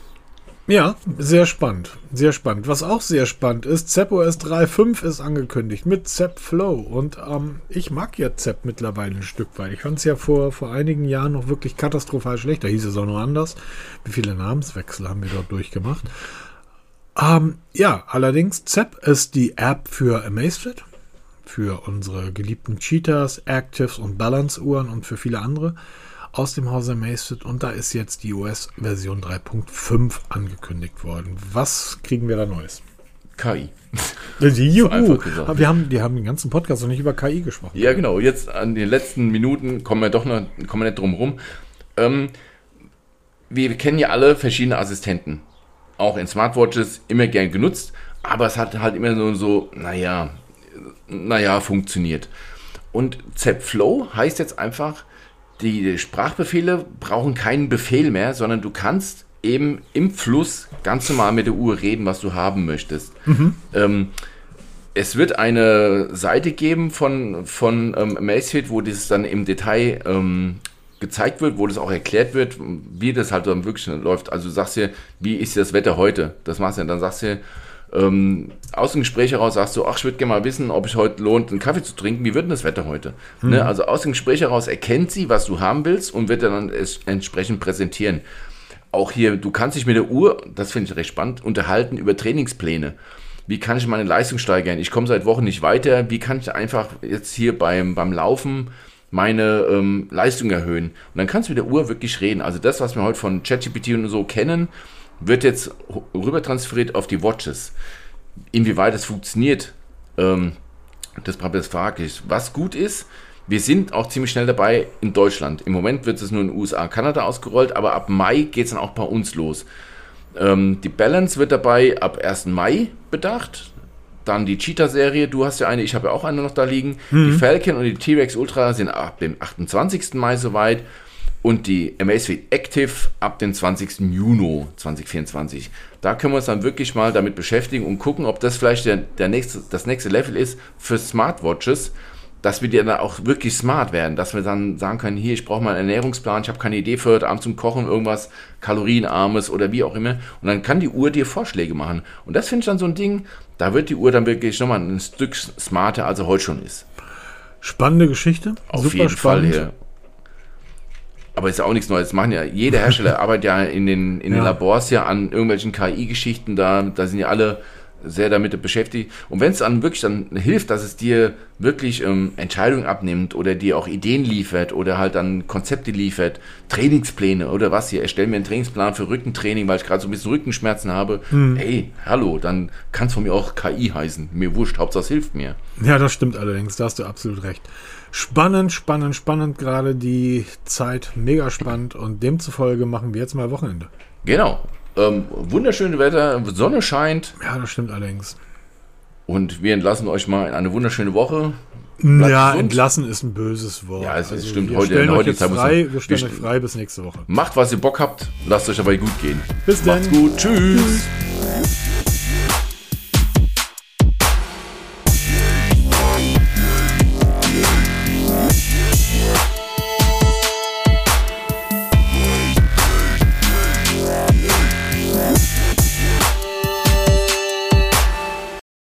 Ja, sehr spannend, sehr spannend. Was auch sehr spannend ist, Z E P O S drei Punkt fünf ist angekündigt mit Z E P Flow. Und ähm, ich mag ja Z E P mittlerweile ein Stück weit. Ich fand es ja vor, vor einigen Jahren noch wirklich katastrophal schlecht. Da hieß es auch noch anders. Wie viele Namenswechsel haben wir dort durchgemacht? Ähm, ja, allerdings, Z E P ist die App für Amazfit, für unsere geliebten Cheetahs, Actives und Balance-Uhren und für viele andere aus dem Hause Amazfit. Und da ist jetzt die O S-Version drei Punkt fünf angekündigt worden. Was kriegen wir da Neues? K I. Juhu. einfach gesagt. Wir haben, die haben den ganzen Podcast noch nicht über K I gesprochen. Ja, genau. Jetzt an den letzten Minuten kommen wir doch noch, kommen wir nicht drum rum. Ähm, wir kennen ja alle verschiedene Assistenten. Auch in Smartwatches immer gern genutzt. Aber es hat halt immer so, so naja, naja, funktioniert. Und Z E P Flow heißt jetzt einfach, die Sprachbefehle brauchen keinen Befehl mehr, sondern du kannst eben im Fluss ganz normal mit der Uhr reden, was du haben möchtest. Mhm. Ähm, es wird eine Seite geben von, von ähm, Amazfit, wo das dann im Detail ähm, gezeigt wird, wo das auch erklärt wird, wie das halt dann wirklich läuft. Also du sagst dir, wie ist das Wetter heute? Das machst du ja, dann sagst du, Ähm, aus dem Gespräch heraus sagst du, ach, ich würde gerne mal wissen, ob ich heute lohnt, einen Kaffee zu trinken. Wie wird denn das Wetter heute? Mhm. Ne? Also aus dem Gespräch heraus erkennt sie, was du haben willst, und wird dann es entsprechend präsentieren. Auch hier, du kannst dich mit der Uhr, das finde ich recht spannend, unterhalten über Trainingspläne. Wie kann ich meine Leistung steigern? Ich komme seit Wochen nicht weiter. Wie kann ich einfach jetzt hier beim, beim Laufen meine ähm, Leistung erhöhen? Und dann kannst du mit der Uhr wirklich reden. Also das, was wir heute von ChatGPT und so kennen, wird jetzt rüber transferiert auf die Watches. Inwieweit das funktioniert, ähm, das frage ich. Was gut ist, wir sind auch ziemlich schnell dabei in Deutschland. Im Moment wird es nur in den U S A, Kanada ausgerollt, aber ab Mai geht es dann auch bei uns los. Ähm, die Balance wird dabei ab ersten Mai bedacht. Dann die Cheetah-Serie, du hast ja eine, ich habe ja auch eine noch da liegen. Mhm. Die Falcon und die T-Rex Ultra sind ab dem achtundzwanzigsten Mai soweit. Und die Amazfit Active ab dem zwanzigsten Juni zweitausendvierundzwanzig. Da können wir uns dann wirklich mal damit beschäftigen und gucken, ob das vielleicht der, der nächste, das nächste Level ist für Smartwatches, dass wir die dann auch wirklich smart werden, dass wir dann sagen können, hier, ich brauche mal einen Ernährungsplan, ich habe keine Idee für heute Abend zum Kochen, irgendwas kalorienarmes oder wie auch immer. Und dann kann die Uhr dir Vorschläge machen. Und das finde ich dann so ein Ding, da wird die Uhr dann wirklich nochmal ein Stück smarter, als sie heute schon ist. Spannende Geschichte. Auf Super jeden spannend. Fall hier. Aber ist ja auch nichts Neues. Das machen ja, jeder Hersteller arbeitet ja in den, in den Ja. Labors ja an irgendwelchen K I-Geschichten. Da, da sind ja alle sehr damit beschäftigt. Und wenn es dann wirklich dann hilft, dass es dir wirklich ähm, Entscheidungen abnimmt oder dir auch Ideen liefert oder halt dann Konzepte liefert, Trainingspläne oder was hier, erstell mir einen Trainingsplan für Rückentraining, weil ich gerade so ein bisschen Rückenschmerzen habe. Hm. Hey, hallo, dann kann es von mir auch K I heißen. Mir wurscht, Hauptsache es hilft mir. Ja, das stimmt allerdings, da hast du absolut recht. Spannend, spannend, spannend gerade die Zeit, mega spannend und demzufolge machen wir jetzt mal Wochenende. Genau. Ähm, wunderschönes Wetter, Sonne scheint. Ja, das stimmt allerdings. Und wir entlassen euch mal in eine wunderschöne Woche. Bleibt ja, gesund. Entlassen ist ein böses Wort. Ja, es also stimmt. Wir heute, stellen heute euch jetzt frei, wir stellen wir euch frei bis nächste Woche. Macht, was ihr Bock habt. Lasst euch dabei gut gehen. Bis dann. Macht's gut. Tschüss. Tschüss.